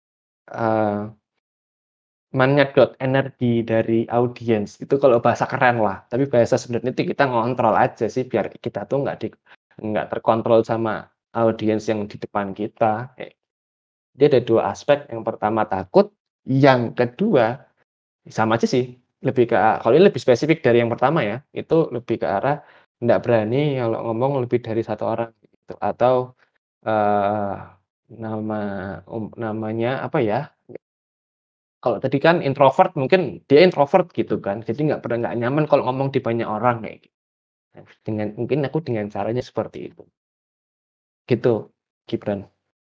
eh, menyedot energi dari audiens itu kalau bahasa keren lah tapi bahasa sebenarnya itu kita ngontrol aja sih biar kita tuh nggak di nggak terkontrol sama audiens yang di depan kita. Kayak- dia ada dua aspek yang pertama takut yang kedua sama aja sih lebih ke kalau ini lebih spesifik dari yang pertama ya itu lebih ke arah nggak berani kalau ngomong lebih dari satu orang gitu atau eh, nama um, namanya apa ya kalau tadi kan introvert mungkin dia introvert gitu kan, jadi nggak pernah nggak nyaman kalau ngomong di banyak orang kayak gitu. Nah, dengan mungkin aku dengan caranya seperti itu. Gitu, Gibran.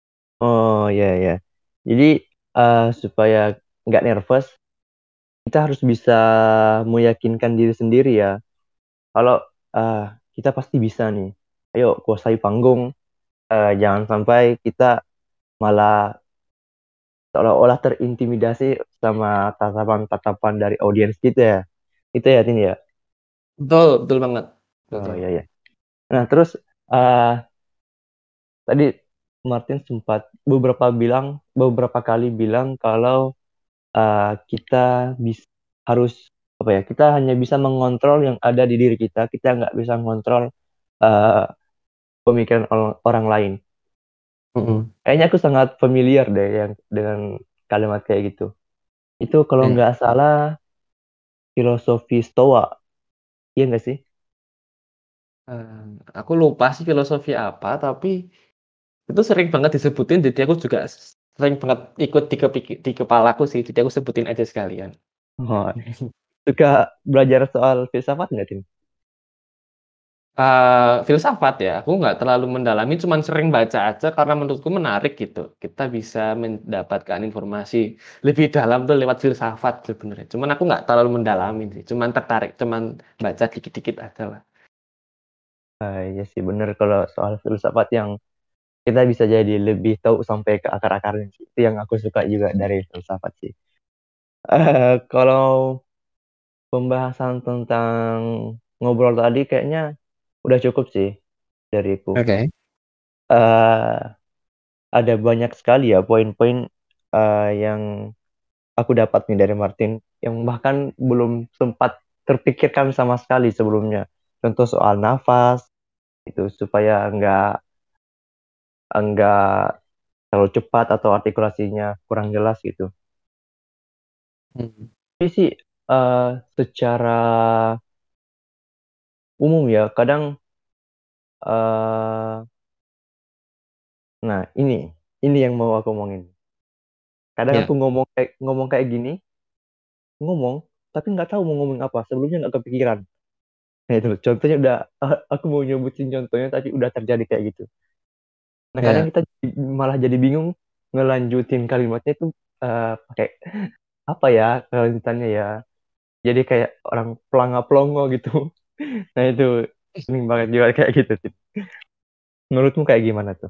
Oh ya ya. Jadi eh, supaya nggak nervous, kita harus bisa meyakinkan diri sendiri ya. Kalau eh, kita pasti bisa nih. Ayo kuasai panggung. Eh, jangan sampai kita malah seolah-olah terintimidasi sama tatapan-tatapan dari audiens kita ya. Itu ya, Tin ya. Betul, betul banget. Oh Betul. iya ya. Nah terus eh, tadi Martin sempat beberapa bilang beberapa kali bilang kalau eh, kita bis, harus apa ya? Kita hanya bisa mengontrol yang ada di diri kita. Kita nggak bisa mengontrol eh, pemikiran orang, orang lain. Mm-mm. Kayaknya aku sangat familiar deh yang dengan kalimat kayak gitu. Itu kalau Eh, nggak salah filosofi Stoa, iya nggak sih? eh, aku lupa sih filosofi apa, tapi itu sering banget disebutin, jadi aku juga sering banget ikut di, kepik- di kepalaku sih, jadi aku sebutin aja sekalian. Oh, suka belajar soal filsafat nggak, Tim? Eh, filsafat ya, aku nggak terlalu mendalami, cuman sering baca aja karena menurutku menarik gitu. Kita bisa mendapatkan informasi lebih dalam tuh lewat filsafat sebenarnya. Cuman aku nggak terlalu mendalami sih, cuman tertarik, cuman baca dikit-dikit aja lah. Ah, iya sih bener kalau soal filsafat yang kita bisa jadi lebih tahu sampai ke akar-akarnya sih. Itu yang aku suka juga dari filsafat sih. Eh, kalau pembahasan tentang ngobrol tadi kayaknya udah cukup sih dariku. Oke. Eh, ada banyak sekali ya poin-poin eh, yang aku dapat nih dari Martin. yang bahkan belum sempat terpikirkan sama sekali sebelumnya. Contoh soal nafas, itu supaya nggak nggak terlalu cepat atau artikulasinya kurang jelas gitu. Hmm. Tapi sih eh, secara umum ya, kadang eh nah ini ini yang mau aku omongin. Kadang aku Ya. ngomong kayak ngomong kayak gini, ngomong tapi nggak tahu mau ngomong apa. Sebelumnya nggak kepikiran. Nah itu contohnya udah aku mau nyebutin contohnya tapi udah terjadi kayak gitu. Nah kadang Ya. kita malah jadi bingung ngelanjutin kalimatnya itu eh, pakai apa ya kelanjutannya ya. Jadi kayak orang pelanga-pelongo gitu. Nah itu sering banget juga kayak gitu. Tin. Menurutmu kayak gimana tuh?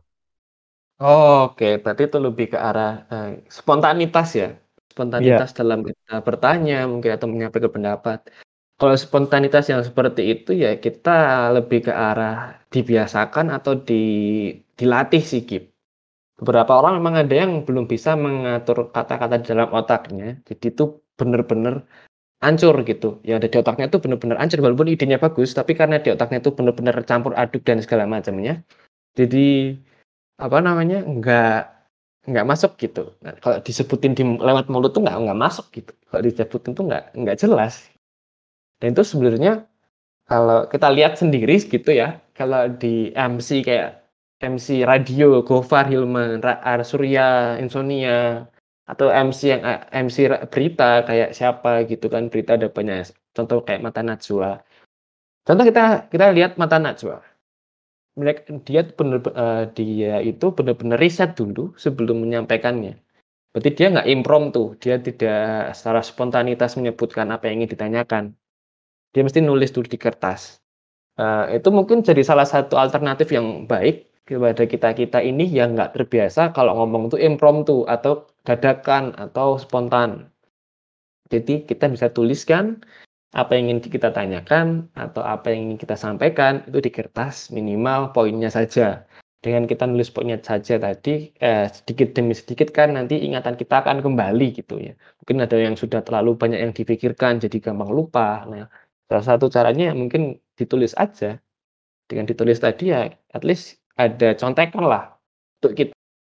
Oh, oke, berarti itu lebih ke arah eh, spontanitas ya. Iya, Spontanitas dalam kita bertanya mungkin atau menyampaikan pendapat. Kalau spontanitas yang seperti itu ya kita lebih ke arah dibiasakan atau di, dilatih sih, Gip. Beberapa orang memang ada yang belum bisa mengatur kata-kata di dalam otaknya. Jadi itu benar-benar hancur gitu. Yang ada di otaknya itu benar-benar hancur walaupun idenya bagus, tapi karena di otaknya itu benar-benar campur aduk dan segala macamnya. Jadi apa namanya? Nggak nggak masuk gitu. Nah, kalau disebutin di lewat mulut tuh nggak nggak masuk gitu. Kalau disebutin tuh nggak nggak jelas. Dan itu sebenarnya kalau kita lihat sendiri gitu ya, kalau di M C kayak M C radio, Gofar Hilman, Ra- Ar Surya Insomnia, atau M C yang eh, M C ra- berita kayak siapa gitu kan, berita ada banyak. Contoh kayak Mata Najwa. Contoh kita kita lihat Mata Najwa. Mereka dia bener eh, dia itu benar-benar riset dulu sebelum menyampaikannya. Berarti dia nggak impromptu, dia tidak secara spontanitas menyebutkan apa yang ingin ditanyakan. Dia mesti nulis dulu di kertas. Eh, itu mungkin jadi salah satu alternatif yang baik kepada kita-kita ini yang nggak terbiasa kalau ngomong itu impromptu atau dadakan atau spontan. Jadi kita bisa tuliskan apa yang ingin kita tanyakan atau apa yang ingin kita sampaikan itu di kertas minimal poinnya saja. Dengan kita nulis poinnya saja tadi, eh, sedikit demi sedikit kan nanti ingatan kita akan kembali gitu ya. Mungkin ada yang sudah terlalu banyak yang dipikirkan jadi gampang lupa. Nah, salah satu caranya mungkin ditulis aja. Dengan ditulis tadi ya at least ada contekan lah untuk kita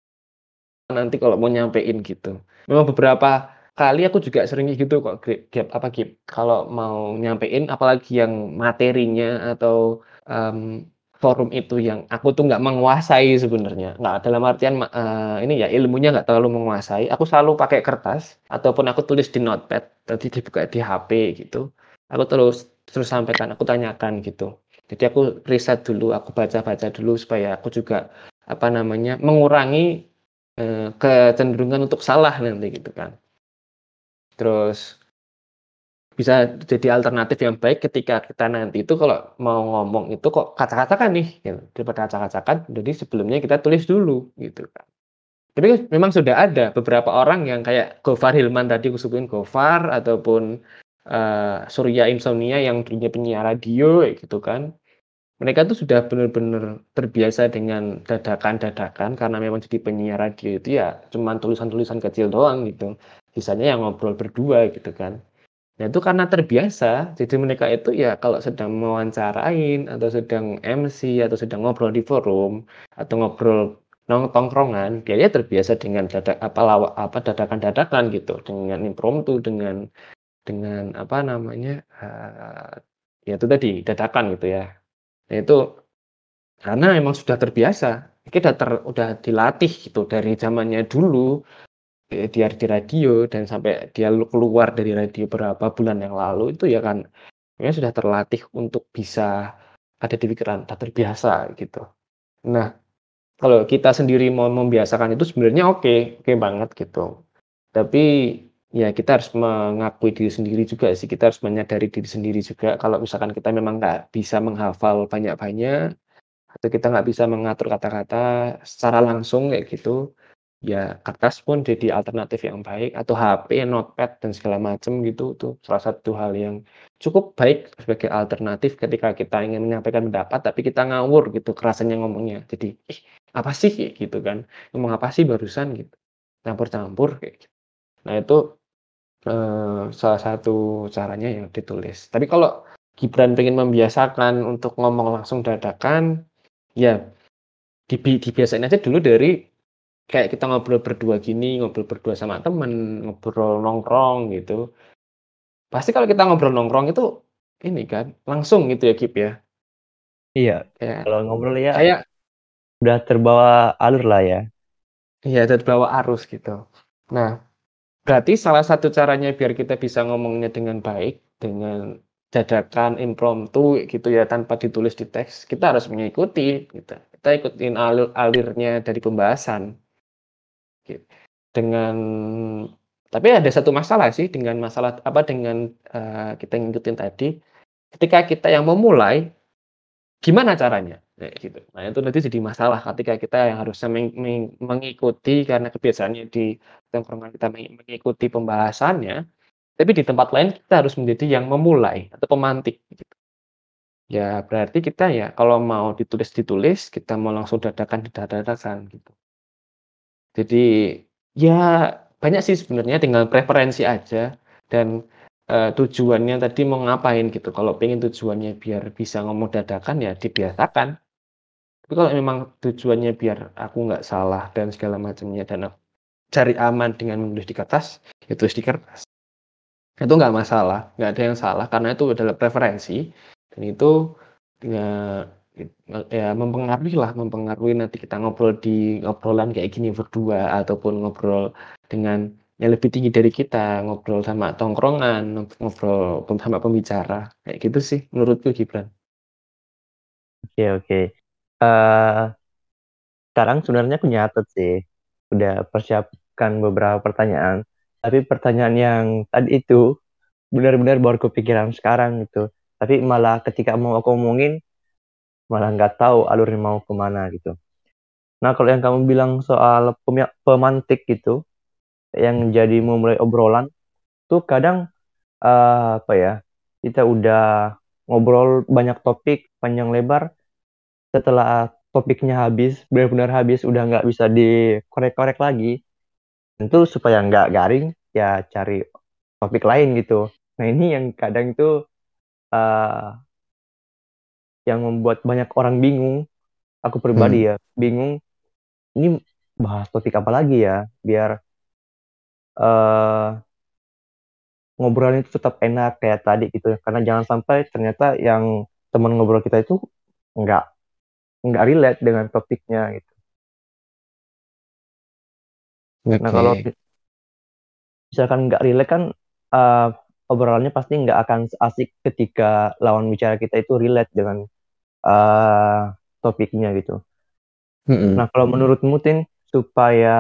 nanti kalau mau nyampein gitu. Memang beberapa kali aku juga sering kayak gitu kok, Grip, Gap, apa Gip, kalau mau nyampein apalagi yang materinya atau em, forum itu yang aku tuh nggak menguasai sebenarnya. Nggak dalam artian ma- eh, ini ya ilmunya nggak terlalu menguasai. Aku selalu pakai kertas ataupun aku tulis di notepad, tadi dibuka di H P gitu. Aku terus terus sampaikan, aku tanyakan gitu. Jadi aku riset dulu, aku baca-baca dulu supaya aku juga apa namanya mengurangi eh, kecenderungan untuk salah nanti gitu kan. Terus bisa jadi alternatif yang baik ketika kita nanti itu kalau mau ngomong itu kok kacak-kacakan nih, gitu. Daripada kacak-kacakan, jadi sebelumnya kita tulis dulu gitu kan. Tapi memang sudah ada beberapa orang yang kayak Gofar Hilman tadi aku sebutin Gofar ataupun eh, Surya Insomnia yang dulunya penyiar radio kayak gitu kan. Mereka tuh sudah benar-benar terbiasa dengan dadakan-dadakan karena memang jadi penyiar radio itu ya cuman tulisan-tulisan kecil doang gitu. Sisanya yang ngobrol berdua gitu kan. Nah itu karena terbiasa, jadi mereka itu ya kalau sedang mewawancarain atau sedang M C atau sedang ngobrol di forum atau ngobrol nong tongkrongan, dia ya terbiasa dengan dadak apa lawa, apa dadakan-dadakan gitu, dengan impromptu, dengan dengan apa namanya eh, ya itu tadi dadakan gitu ya. Nah, itu karena memang sudah terbiasa. Kita udah ter, udah dilatih gitu dari zamannya dulu eh, dia di radio dan sampai dia lu- keluar dari radio beberapa bulan yang lalu itu ya kan memang sudah terlatih untuk bisa ada di pikiran, udah terbiasa gitu. Nah, kalau kita sendiri mau membiasakan itu sebenarnya oke, oke banget gitu. Tapi ya kita harus mengakui diri sendiri juga sih, kita harus menyadari diri sendiri juga kalau misalkan kita memang nggak bisa menghafal banyak-banyak atau kita nggak bisa mengatur kata-kata secara langsung kayak gitu, ya kertas pun jadi alternatif yang baik atau H P, notepad dan segala macam gitu tuh salah satu hal yang cukup baik sebagai alternatif ketika kita ingin menyampaikan pendapat tapi kita ngawur gitu kerasanya ngomongnya. Jadi, ih, apa sih kayak gitu kan? Ngomong apa sih barusan gitu. Campur-campur kayak gitu. Nah, itu eee, salah satu caranya ya ditulis. Tapi kalau Gibran pengen membiasakan untuk ngomong langsung dadakan, ya dibi dibiasain aja dulu dari kayak kita ngobrol berdua gini, ngobrol berdua sama temen, ngobrol nongkrong gitu. Pasti kalau kita ngobrol nongkrong itu ini kan, langsung gitu ya, Gib, ya. Iya, Kayak kalau ngobrol ya kayak udah terbawa alur lah ya. iya, terbawa arus gitu. Nah, berarti salah satu caranya biar kita bisa ngomongnya dengan baik, dengan dadakan, impromptu gitu ya, tanpa ditulis di teks, kita harus mengikuti gitu. Kita ikutin alur alurnya dari pembahasan. Gitu. Dengan tapi ada satu masalah sih dengan masalah apa, dengan, eee, kita ngikutin tadi, ketika kita yang memulai, gimana caranya? Kayak gitu. Nah, itu nanti jadi masalah ketika kita yang harusnya meng meng mengikuti karena kebiasaannya di tongkrongan kita meng mengikuti pembahasannya, tapi di tempat lain kita harus menjadi yang memulai atau pemantik gitu. Ya berarti kita ya kalau mau ditulis-ditulis, kita mau langsung dadakan didadakan gitu. Jadi ya banyak sih sebenarnya tinggal preferensi aja dan, eee, tujuannya tadi mau ngapain gitu. Kalau pengen tujuannya biar bisa ngomong dadakan ya dibiasakan. Tapi kalau memang tujuannya biar aku nggak salah dan segala macamnya dan aku cari aman dengan menulis di kertas, ya tulis di kertas. Itu nggak masalah, nggak ada yang salah karena itu adalah preferensi dan itu ya ya mempengaruhi lah, mempengaruhi nanti kita ngobrol di obrolan kayak gini berdua ataupun ngobrol dengan yang lebih tinggi dari kita, ngobrol sama tongkrongan, ngobrol sama pembicara, kayak gitu sih menurutku Gibran. Oke, oke. Eh, sekarang sebenarnya aku nyatet sih. Udah persiapkan beberapa pertanyaan. Tapi pertanyaan yang tadi itu benar-benar baru kepikiran sekarang gitu. Tapi malah ketika mau aku omongin, malah nggak tahu alurnya mau kemana gitu. Nah, kalau yang kamu bilang soal pemia- pemantik gitu, yang jadi memulai obrolan, tuh kadang eh, apa ya, kita udah ngobrol banyak topik panjang lebar, setelah topiknya habis, benar-benar habis, udah nggak bisa dikorek-korek lagi. Tentu supaya nggak garing, ya cari topik lain gitu. Nah, ini yang kadang itu eh, yang membuat banyak orang bingung. Aku Hmm. pribadi ya, bingung ini bahas topik apa lagi ya, biar eh, ngobrolnya itu tetap enak kayak tadi gitu. Karena jangan sampai ternyata yang teman ngobrol kita itu nggak nggak relate dengan topiknya gitu. Nah, kalau Oke. misalkan nggak relate kan eh, obrolannya pasti nggak akan asik ketika lawan bicara kita itu relate dengan eh, topiknya gitu. Nah, Mhm. kalau menurutmu Tin, supaya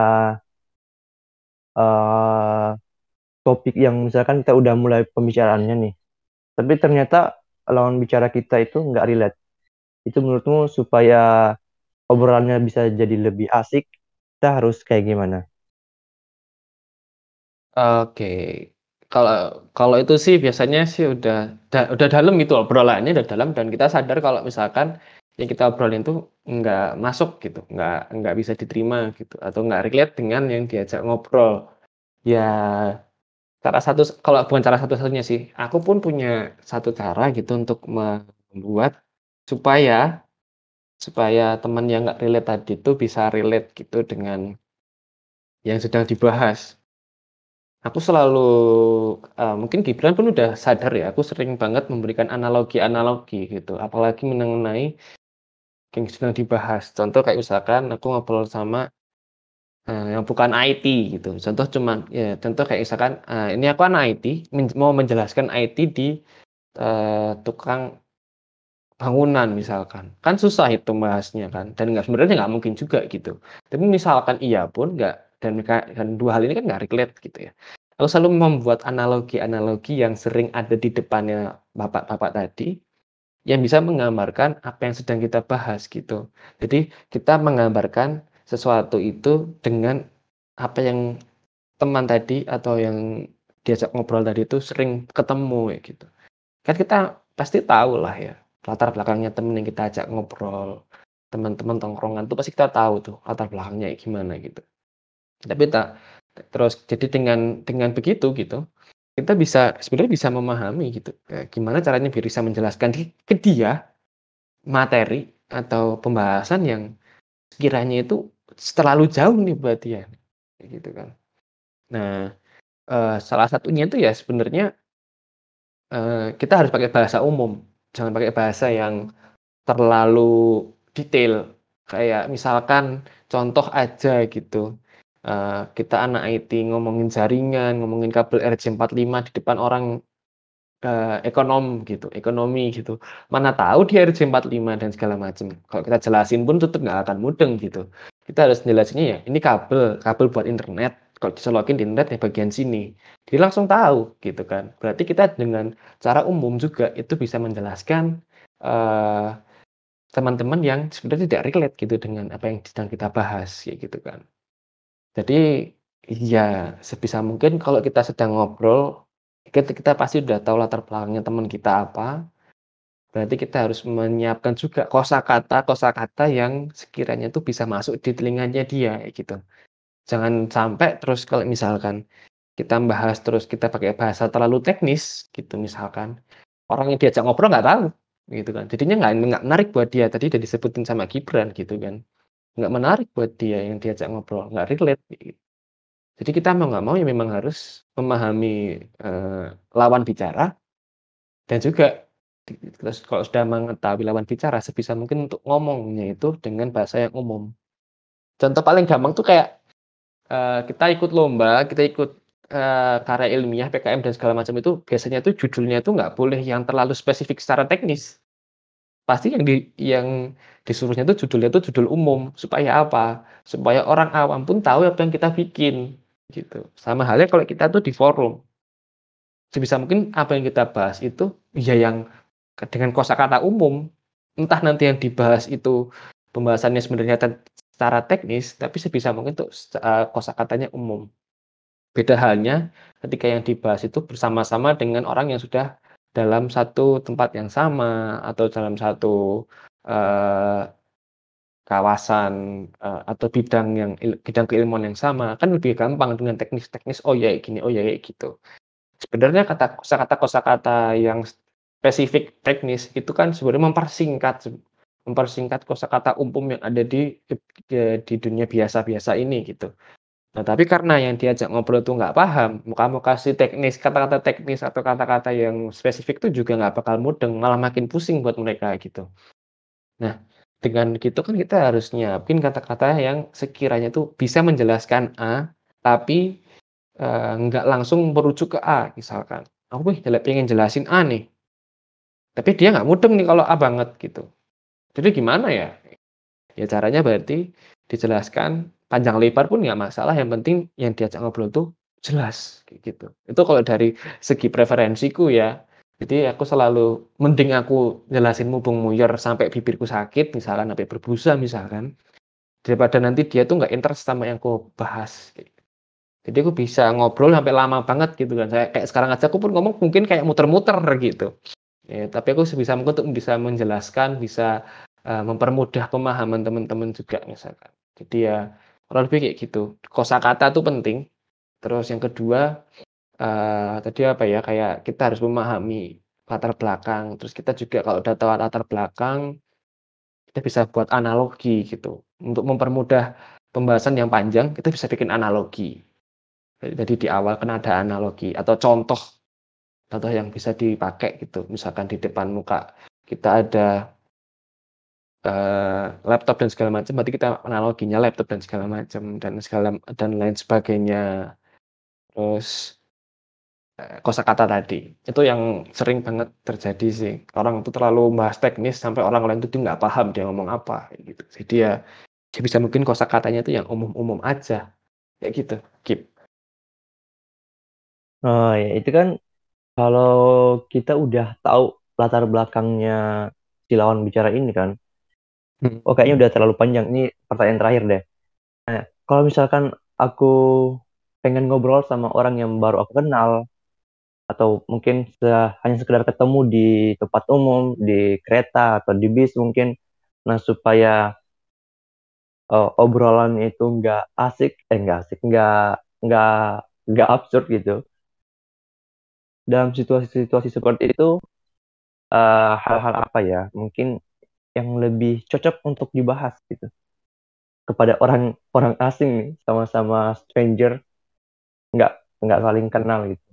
eh, topik yang misalkan kita udah mulai pembicaraannya nih, tapi ternyata lawan bicara kita itu nggak relate. Itu menurutmu supaya obrolannya bisa jadi lebih asik, kita harus kayak gimana? Oke. Kalau kalau itu sih biasanya sih udah da udah dalam gitu obrolannya udah dalam dan kita sadar kalau misalkan yang kita obrolin tuh nggak masuk gitu, nggak nggak bisa diterima gitu atau nggak relate dengan yang diajak ngobrol. Ya cara satu kalau bukan cara satu-satunya sih, aku pun punya satu cara gitu untuk membuat supaya supaya teman yang nggak relate tadi tuh bisa relate gitu dengan yang sedang dibahas. Aku selalu, eee, mungkin Gibran pun udah sadar ya, aku sering banget memberikan analogi-analogi gitu, apalagi mengenai yang sedang dibahas. Contoh kayak misalkan aku ngobrol sama, eee, yang bukan I T gitu, contoh cuman ya contoh kayak misalkan, eee, ini aku anak I T, men mau menjelaskan I T di, eee, tukang bangunan misalkan, kan susah itu bahasnya kan, dan nggak sebenarnya nggak mungkin juga gitu. Tapi misalkan iya pun nggak dan ka dan dua hal ini kan nggak relate gitu ya. Aku selalu membuat analogi-analogi yang sering ada di depannya bapak-bapak tadi, yang bisa menggambarkan apa yang sedang kita bahas gitu. Jadi kita menggambarkan sesuatu itu dengan apa yang teman tadi atau yang diajak ngobrol tadi itu sering ketemu kayak gitu. Kan kita pasti tahu lah ya, latar belakangnya temen yang kita ajak ngobrol, teman-teman tongkrongan tuh pasti kita tahu tuh latar belakangnya kayak gimana gitu. Tapi tak terus jadi dengan dengan begitu gitu, kita bisa sebenarnya bisa memahami gitu, eee, gimana caranya biar bisa menjelaskan di ke dia materi atau pembahasan yang sekiranya itu terlalu jauh nih buat dia, kayak gitu kan. Nah, eee, salah satunya itu ya sebenarnya, eee, kita harus pakai bahasa umum, jangan pakai bahasa yang terlalu detail. Kayak misalkan contoh aja gitu, eee, kita anak I T ngomongin jaringan, ngomongin kabel R J empat lima di depan orang, eee, ekonom gitu, ekonomi gitu. Mana tahu dia R J empat lima dan segala macam. Kalau kita jelasin pun tetep nggak akan mudeng gitu. Kita harus jelasinnya ya, ini kabel, kabel buat internet, kalau disolokin di internet ya bagian sini. Dia langsung tahu gitu kan. Berarti kita dengan cara umum juga itu bisa menjelaskan, eee, teman-teman yang sebenarnya tidak relate gitu dengan apa yang sedang kita bahas, kayak gitu kan. Jadi, ya sebisa mungkin kalau kita sedang ngobrol, kita kita pasti udah tahu latar belakangnya teman kita apa, berarti kita harus menyiapkan juga kosakata-kosakata yang sekiranya itu bisa masuk di telinganya dia, kayak gitu. Jangan sampai terus kalau misalkan kita bahas terus kita pakai bahasa terlalu teknis gitu misalkan, orang yang diajak ngobrol nggak tahu, gitu kan. Jadinya nggak nggak menarik buat dia, tadi udah disebutin sama Gibran gitu kan, nggak menarik buat dia yang diajak ngobrol, nggak relate, gitu. Jadi kita mau nggak mau ya memang harus memahami, eee, lawan bicara dan juga di terus kalau sudah mengetahui lawan bicara sebisa mungkin untuk ngomongnya itu dengan bahasa yang umum. Contoh paling gampang tuh kayak, eee, kita ikut lomba, kita ikut, eee, karya ilmiah, P K M dan segala macam itu biasanya tuh judulnya itu nggak boleh yang terlalu spesifik secara teknis. Pasti yang di yang disuruhnya tuh judulnya tuh judul umum, supaya apa? Supaya orang awam pun tahu apa yang kita bikin, gitu. Sama halnya kalau kita tuh di forum. Sebisa mungkin apa yang kita bahas itu, ya yang dengan kosakata umum. Entah nanti yang dibahas itu pembahasannya sebenarnya ten secara teknis, tapi sebisa mungkin tuh s eee, kosakatanya umum. Beda halnya ketika yang dibahas itu bersama-sama dengan orang yang sudah dalam satu tempat yang sama atau dalam satu, eee, kawasan, eee, atau bidang yang il bidang keilmuan yang sama, kan lebih gampang dengan teknis-teknis, "Oh ya kayak gini, oh ya kayak gitu." Sebenarnya kata kosakata-kosakata yang spesifik teknis itu kan sebenarnya mempersingkat seb mempersingkat kosakata umum yang ada di eee, di dunia biasa-biasa ini gitu. Nah, tapi karena yang diajak ngobrol tuh nggak paham, kamu kasih teknis, kata-kata teknis atau kata-kata yang spesifik tuh juga nggak bakal mudeng, malah makin pusing buat mereka gitu. Nah, dengan gitu kan kita harus nyiapin kata-kata yang sekiranya tuh bisa menjelaskan A, tapi, eee, nggak langsung merujuk ke A misalkan. Aku nih jela pengen jelasin A nih, tapi dia nggak mudeng nih kalau A banget gitu. Jadi gimana ya? Ya caranya berarti dijelaskan panjang lebar pun nggak masalah, yang penting yang diajak ngobrol tuh jelas, kayak gitu. Itu kalau dari segi preferensiku ya. Jadi aku selalu mending aku jelasin mubeng muyer sampai bibirku sakit misalkan, sampai berbusa misalkan, daripada nanti dia tuh nggak interest sama yang aku bahas, kayak gitu. Jadi aku bisa ngobrol sampai lama banget gitu kan, saya kayak sekarang aja aku pun ngomong mungkin kayak muter-muter gitu. Ya, tapi aku sebisa mungkin untuk bisa menjelaskan, bisa, eee, mempermudah pemahaman teman-teman juga misalkan. Jadi ya kurang lebih kayak gitu. Kosakata tuh penting, terus yang kedua, eee, tadi apa ya, kayak kita harus memahami latar belakang, terus kita juga kalau udah tahu latar belakang, kita bisa buat analogi gitu. Untuk mempermudah pembahasan yang panjang, kita bisa bikin analogi. Jadi di awal kan ada analogi atau contoh contoh yang bisa dipakai gitu. Misalkan di depan muka kita ada Eee, laptop dan segala macam, berarti kita analoginya laptop dan segala macam, dan segala dan lain sebagainya. Terus, eee, kosakata tadi, itu yang sering banget terjadi sih. Orang itu terlalu bahas teknis sampai orang lain tuh dia nggak paham dia ngomong apa, kayak gitu. Jadi ya sebisa mungkin kosakatanya itu yang umum-umum aja, kayak gitu, Gib. Oh ya, itu kan kalau kita udah tahu latar belakangnya si lawan bicara ini kan, Mhm. oh kayaknya udah terlalu panjang. Ini pertanyaan terakhir deh. Nah, kalau misalkan aku pengen ngobrol sama orang yang baru aku kenal, atau mungkin se- hanya sekedar ketemu di tempat umum, di kereta atau di bis mungkin, nah supaya eh, obrolan itu nggak asik, eh nggak asik, nggak nggak nggak absurd gitu. dalam situasi-situasi seperti itu eh, hal-hal apa ya mungkin yang lebih cocok untuk dibahas gitu kepada orang orang asing nih sama-sama stranger nggak nggak saling kenal gitu.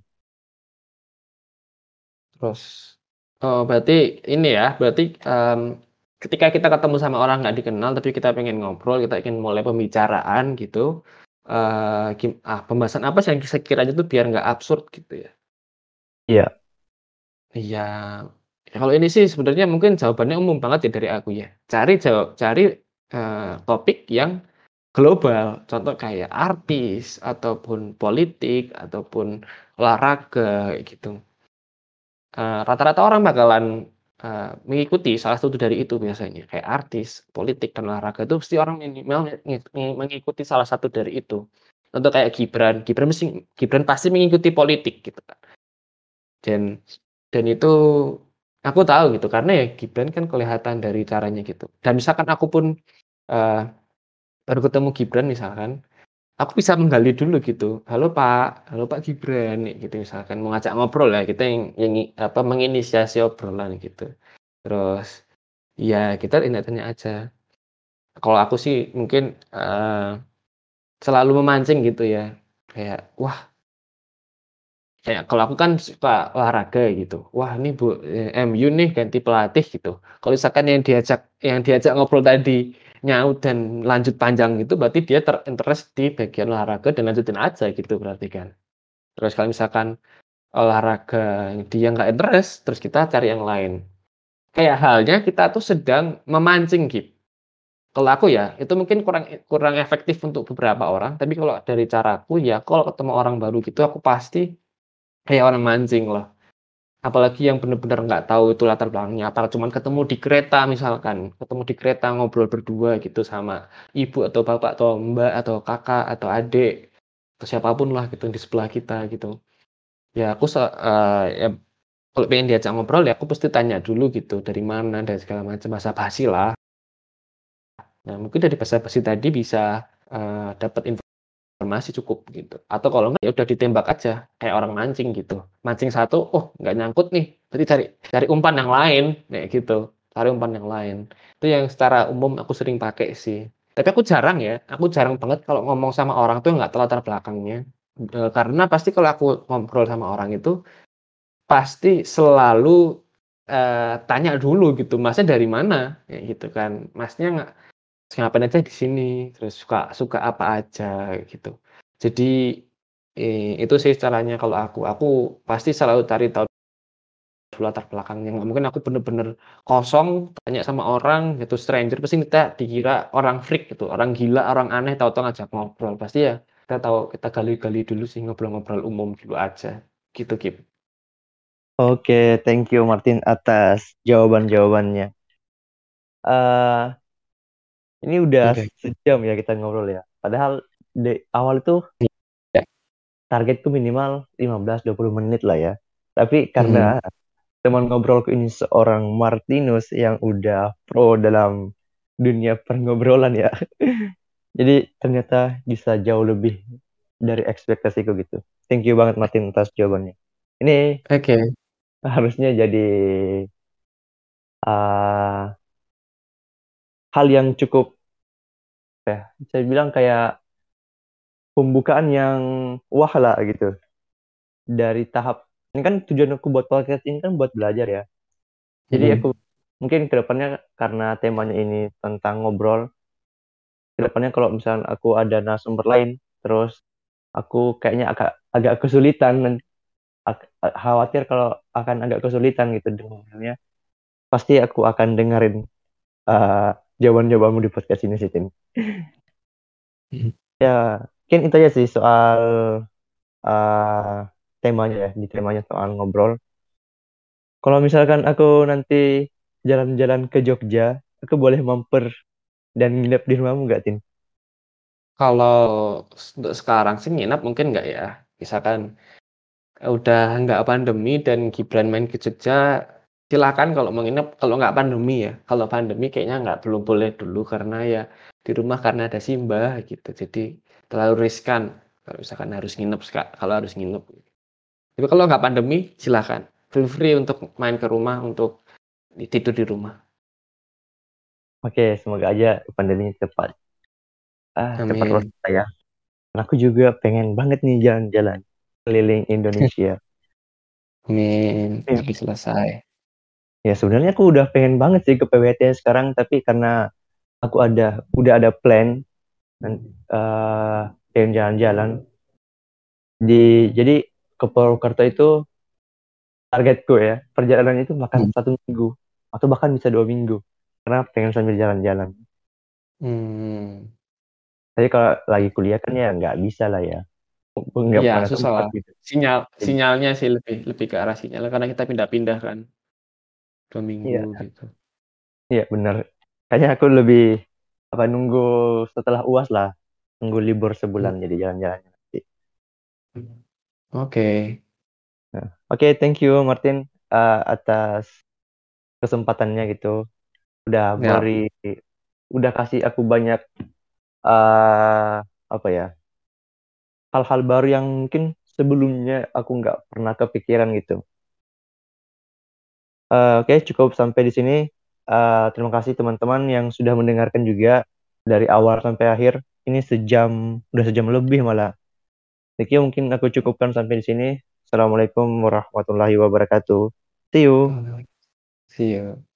Terus, oh berarti ini ya, berarti em, ketika kita ketemu sama orang nggak dikenal tapi kita pengen ngobrol, kita ingin mulai pembicaraan gitu, eh gim- ah, pembahasan apa sih yang sekiranya tuh biar nggak absurd gitu ya? Iya, Iya, ya kalau ini sih sebenarnya mungkin jawabannya umum banget ya dari aku ya. Cari jawab, cari eh, topik yang global, contoh kayak artis ataupun politik ataupun olahraga kayak gitu. Eh, rata-rata orang bakalan eh, mengikuti salah satu dari itu biasanya, kayak artis, politik dan olahraga itu pasti orang minimal ngi- ngi- mengikuti salah satu dari itu. Contoh kayak Gibran, Gibran mesti Gibran pasti mengikuti politik gitu kan. Dan dan itu aku tahu gitu karena ya Gibran kan kelihatan dari caranya gitu. Dan misalkan aku pun eh, baru ketemu Gibran misalkan, aku bisa menggali dulu gitu. Halo Pak, halo Pak Gibran nih, gitu misalkan mau ngajak ngobrol ya kita yang, yang i- apa menginisiasi obrolan gitu. Terus ya kita tanya-tanya aja. Kalau aku sih mungkin eh, selalu memancing gitu ya. Kayak wah, kayak kalau aku kan suka olahraga gitu. Wah, ini Bu eh, M U nih ganti pelatih gitu. Kalau misalkan yang diajak yang diajak ngobrol tadi nyaut dan lanjut panjang gitu, berarti dia terinterest di bagian olahraga dan lanjutin aja gitu berarti kan. Terus kalau misalkan olahraga dia nggak interest, terus kita cari yang lain. Kayak halnya kita tuh sedang memancing gitu. Kalau aku ya, itu mungkin kurang kurang efektif untuk beberapa orang, tapi kalau dari caraku ya, kalau ketemu orang baru gitu, aku pasti kayak orang mancing loh. Apalagi yang bener-bener nggak tahu itu latar belakangnya, apa cuman ketemu di kereta misalkan, ketemu di kereta ngobrol berdua gitu sama ibu atau bapak atau mbak atau kakak atau adik atau siapapun lah gitu di sebelah kita gitu. Ya aku se eee, ya kalau pengen diajak ngobrol ya aku pasti tanya dulu gitu, dari mana dan segala macam, basa-basi lah. Nah mungkin dari basa-basi tadi bisa, eee, dapat informasi cukup gitu, atau kalau enggak ya udah ditembak aja, kayak orang mancing gitu. Mancing satu, oh nggak nyangkut nih, berarti cari cari umpan yang lain, kayak gitu, cari umpan yang lain. Itu yang secara umum aku sering pakai sih. Tapi aku jarang ya, aku jarang banget kalau ngomong sama orang tuh nggak tahu latar belakangnya, eee, karena pasti kalau aku ngobrol sama orang itu pasti selalu, eee, tanya dulu gitu, "Masnya dari mana?" Kayak gitu kan, "Masnya nga ngapain aja di sini?" Terus suka suka apa aja, kayak gitu. Jadi, eee, itu sih caranya kalau aku. Aku pasti selalu cari tahu dulu latar belakangnya, nggak mungkin aku bener-bener kosong, tanya sama orang gitu, stranger, pasti kita dikira orang freak gitu, orang gila, orang aneh, tahu-tahu ngajak ngobrol. Pasti ya kita tahu kita gali-gali dulu sih, ngobrol-ngobrol umum dulu aja, gitu, Gib. oke, thank you Martin atas jawaban-jawabannya. eh ini udah Oke. sejam ya kita ngobrol ya. Padahal di awal itu Ya. targetku minimal lima belas dua puluh menit lah ya. Tapi karena Mhm. teman ngobrolku ini seorang Martinus yang udah pro dalam dunia perngobrolan ya. Jadi ternyata bisa jauh lebih dari ekspektasiku gitu. Thank you banget Martin atas jawabannya. Ini Oke. harusnya jadi uh, hal yang cukup ya, saya bilang kayak pembukaan yang wah lah gitu. Dari tahap ini kan tujuan aku buat podcast ini kan buat belajar ya. Jadi aku Mhm. mungkin kedepannya karena temanya ini tentang ngobrol, kedepannya kalau misalnya aku ada narasumber lain, terus aku kayaknya agak agak kesulitan dan ak- khawatir kalau akan agak kesulitan gitu dengarnya. Pasti aku akan dengerin uh, jawaban-jawabanmu di podcast ini sih, Tim. Mhm. Ya, mungkin itu aja sih soal uh, temanya ya, di temanya soal ngobrol. Kalau misalkan aku nanti jalan-jalan ke Jogja, aku boleh mampir dan nginep di rumahmu nggak, Tin? Kalau untuk sekarang sih nginap mungkin nggak ya, misalkan udah nggak pandemi dan Gibran main ke Jogja, silakan kalau mau nginep, kalau nggak pandemi ya. Kalau pandemi kayaknya nggak belum boleh dulu karena ya di rumah karena ada Simbah gitu, jadi terlalu riskan kalau misalkan harus nginep, Kak, kalau harus nginep. Tapi kalau nggak pandemi, silakan. Feel free untuk main ke rumah, untuk tidur di rumah. Oke, semoga aja pandeminya cepat ah cepat Amin. selesai ya. Dan aku juga pengen banget nih jalan-jalan keliling Indonesia. Amin, Iya. cepat selesai. Ya sebenarnya aku udah pengen banget sih ke P W T sekarang, tapi karena aku ada udah ada plan dan eh, pengen jalan-jalan di jadi ke Purwokerto itu targetku ya perjalanan itu makan Hmm. satu minggu atau bahkan bisa dua minggu karena pengen sambil jalan-jalan. Hmm. Tapi kalau lagi kuliah kan ya nggak bisa lah ya, nggak Iya, pernah susah sempat lah. gitu. Sinyal Jadi, sinyalnya sih lebih lebih ke arah sinyal karena kita pindah-pindah kan, dua minggu iya, gitu. iya benar. Kayaknya aku lebih apa nunggu setelah U A S lah, nunggu libur Hmm. sebulan jadi jalan-jalan nanti. Oke. Nah, Oke, thank you Martin eh, atas kesempatannya gitu. Udah Ya, beri, udah kasih aku banyak eh apa ya hal-hal baru yang mungkin sebelumnya aku nggak pernah kepikiran gitu. Eh, Oke, cukup sampai di sini. Eh, terima kasih teman-teman yang sudah mendengarkan juga dari awal sampai akhir. Ini sejam, udah sejam lebih malah. Oke, mungkin aku cukupkan sampai di sini. Assalamualaikum warahmatullahi wabarakatuh. See you. see you.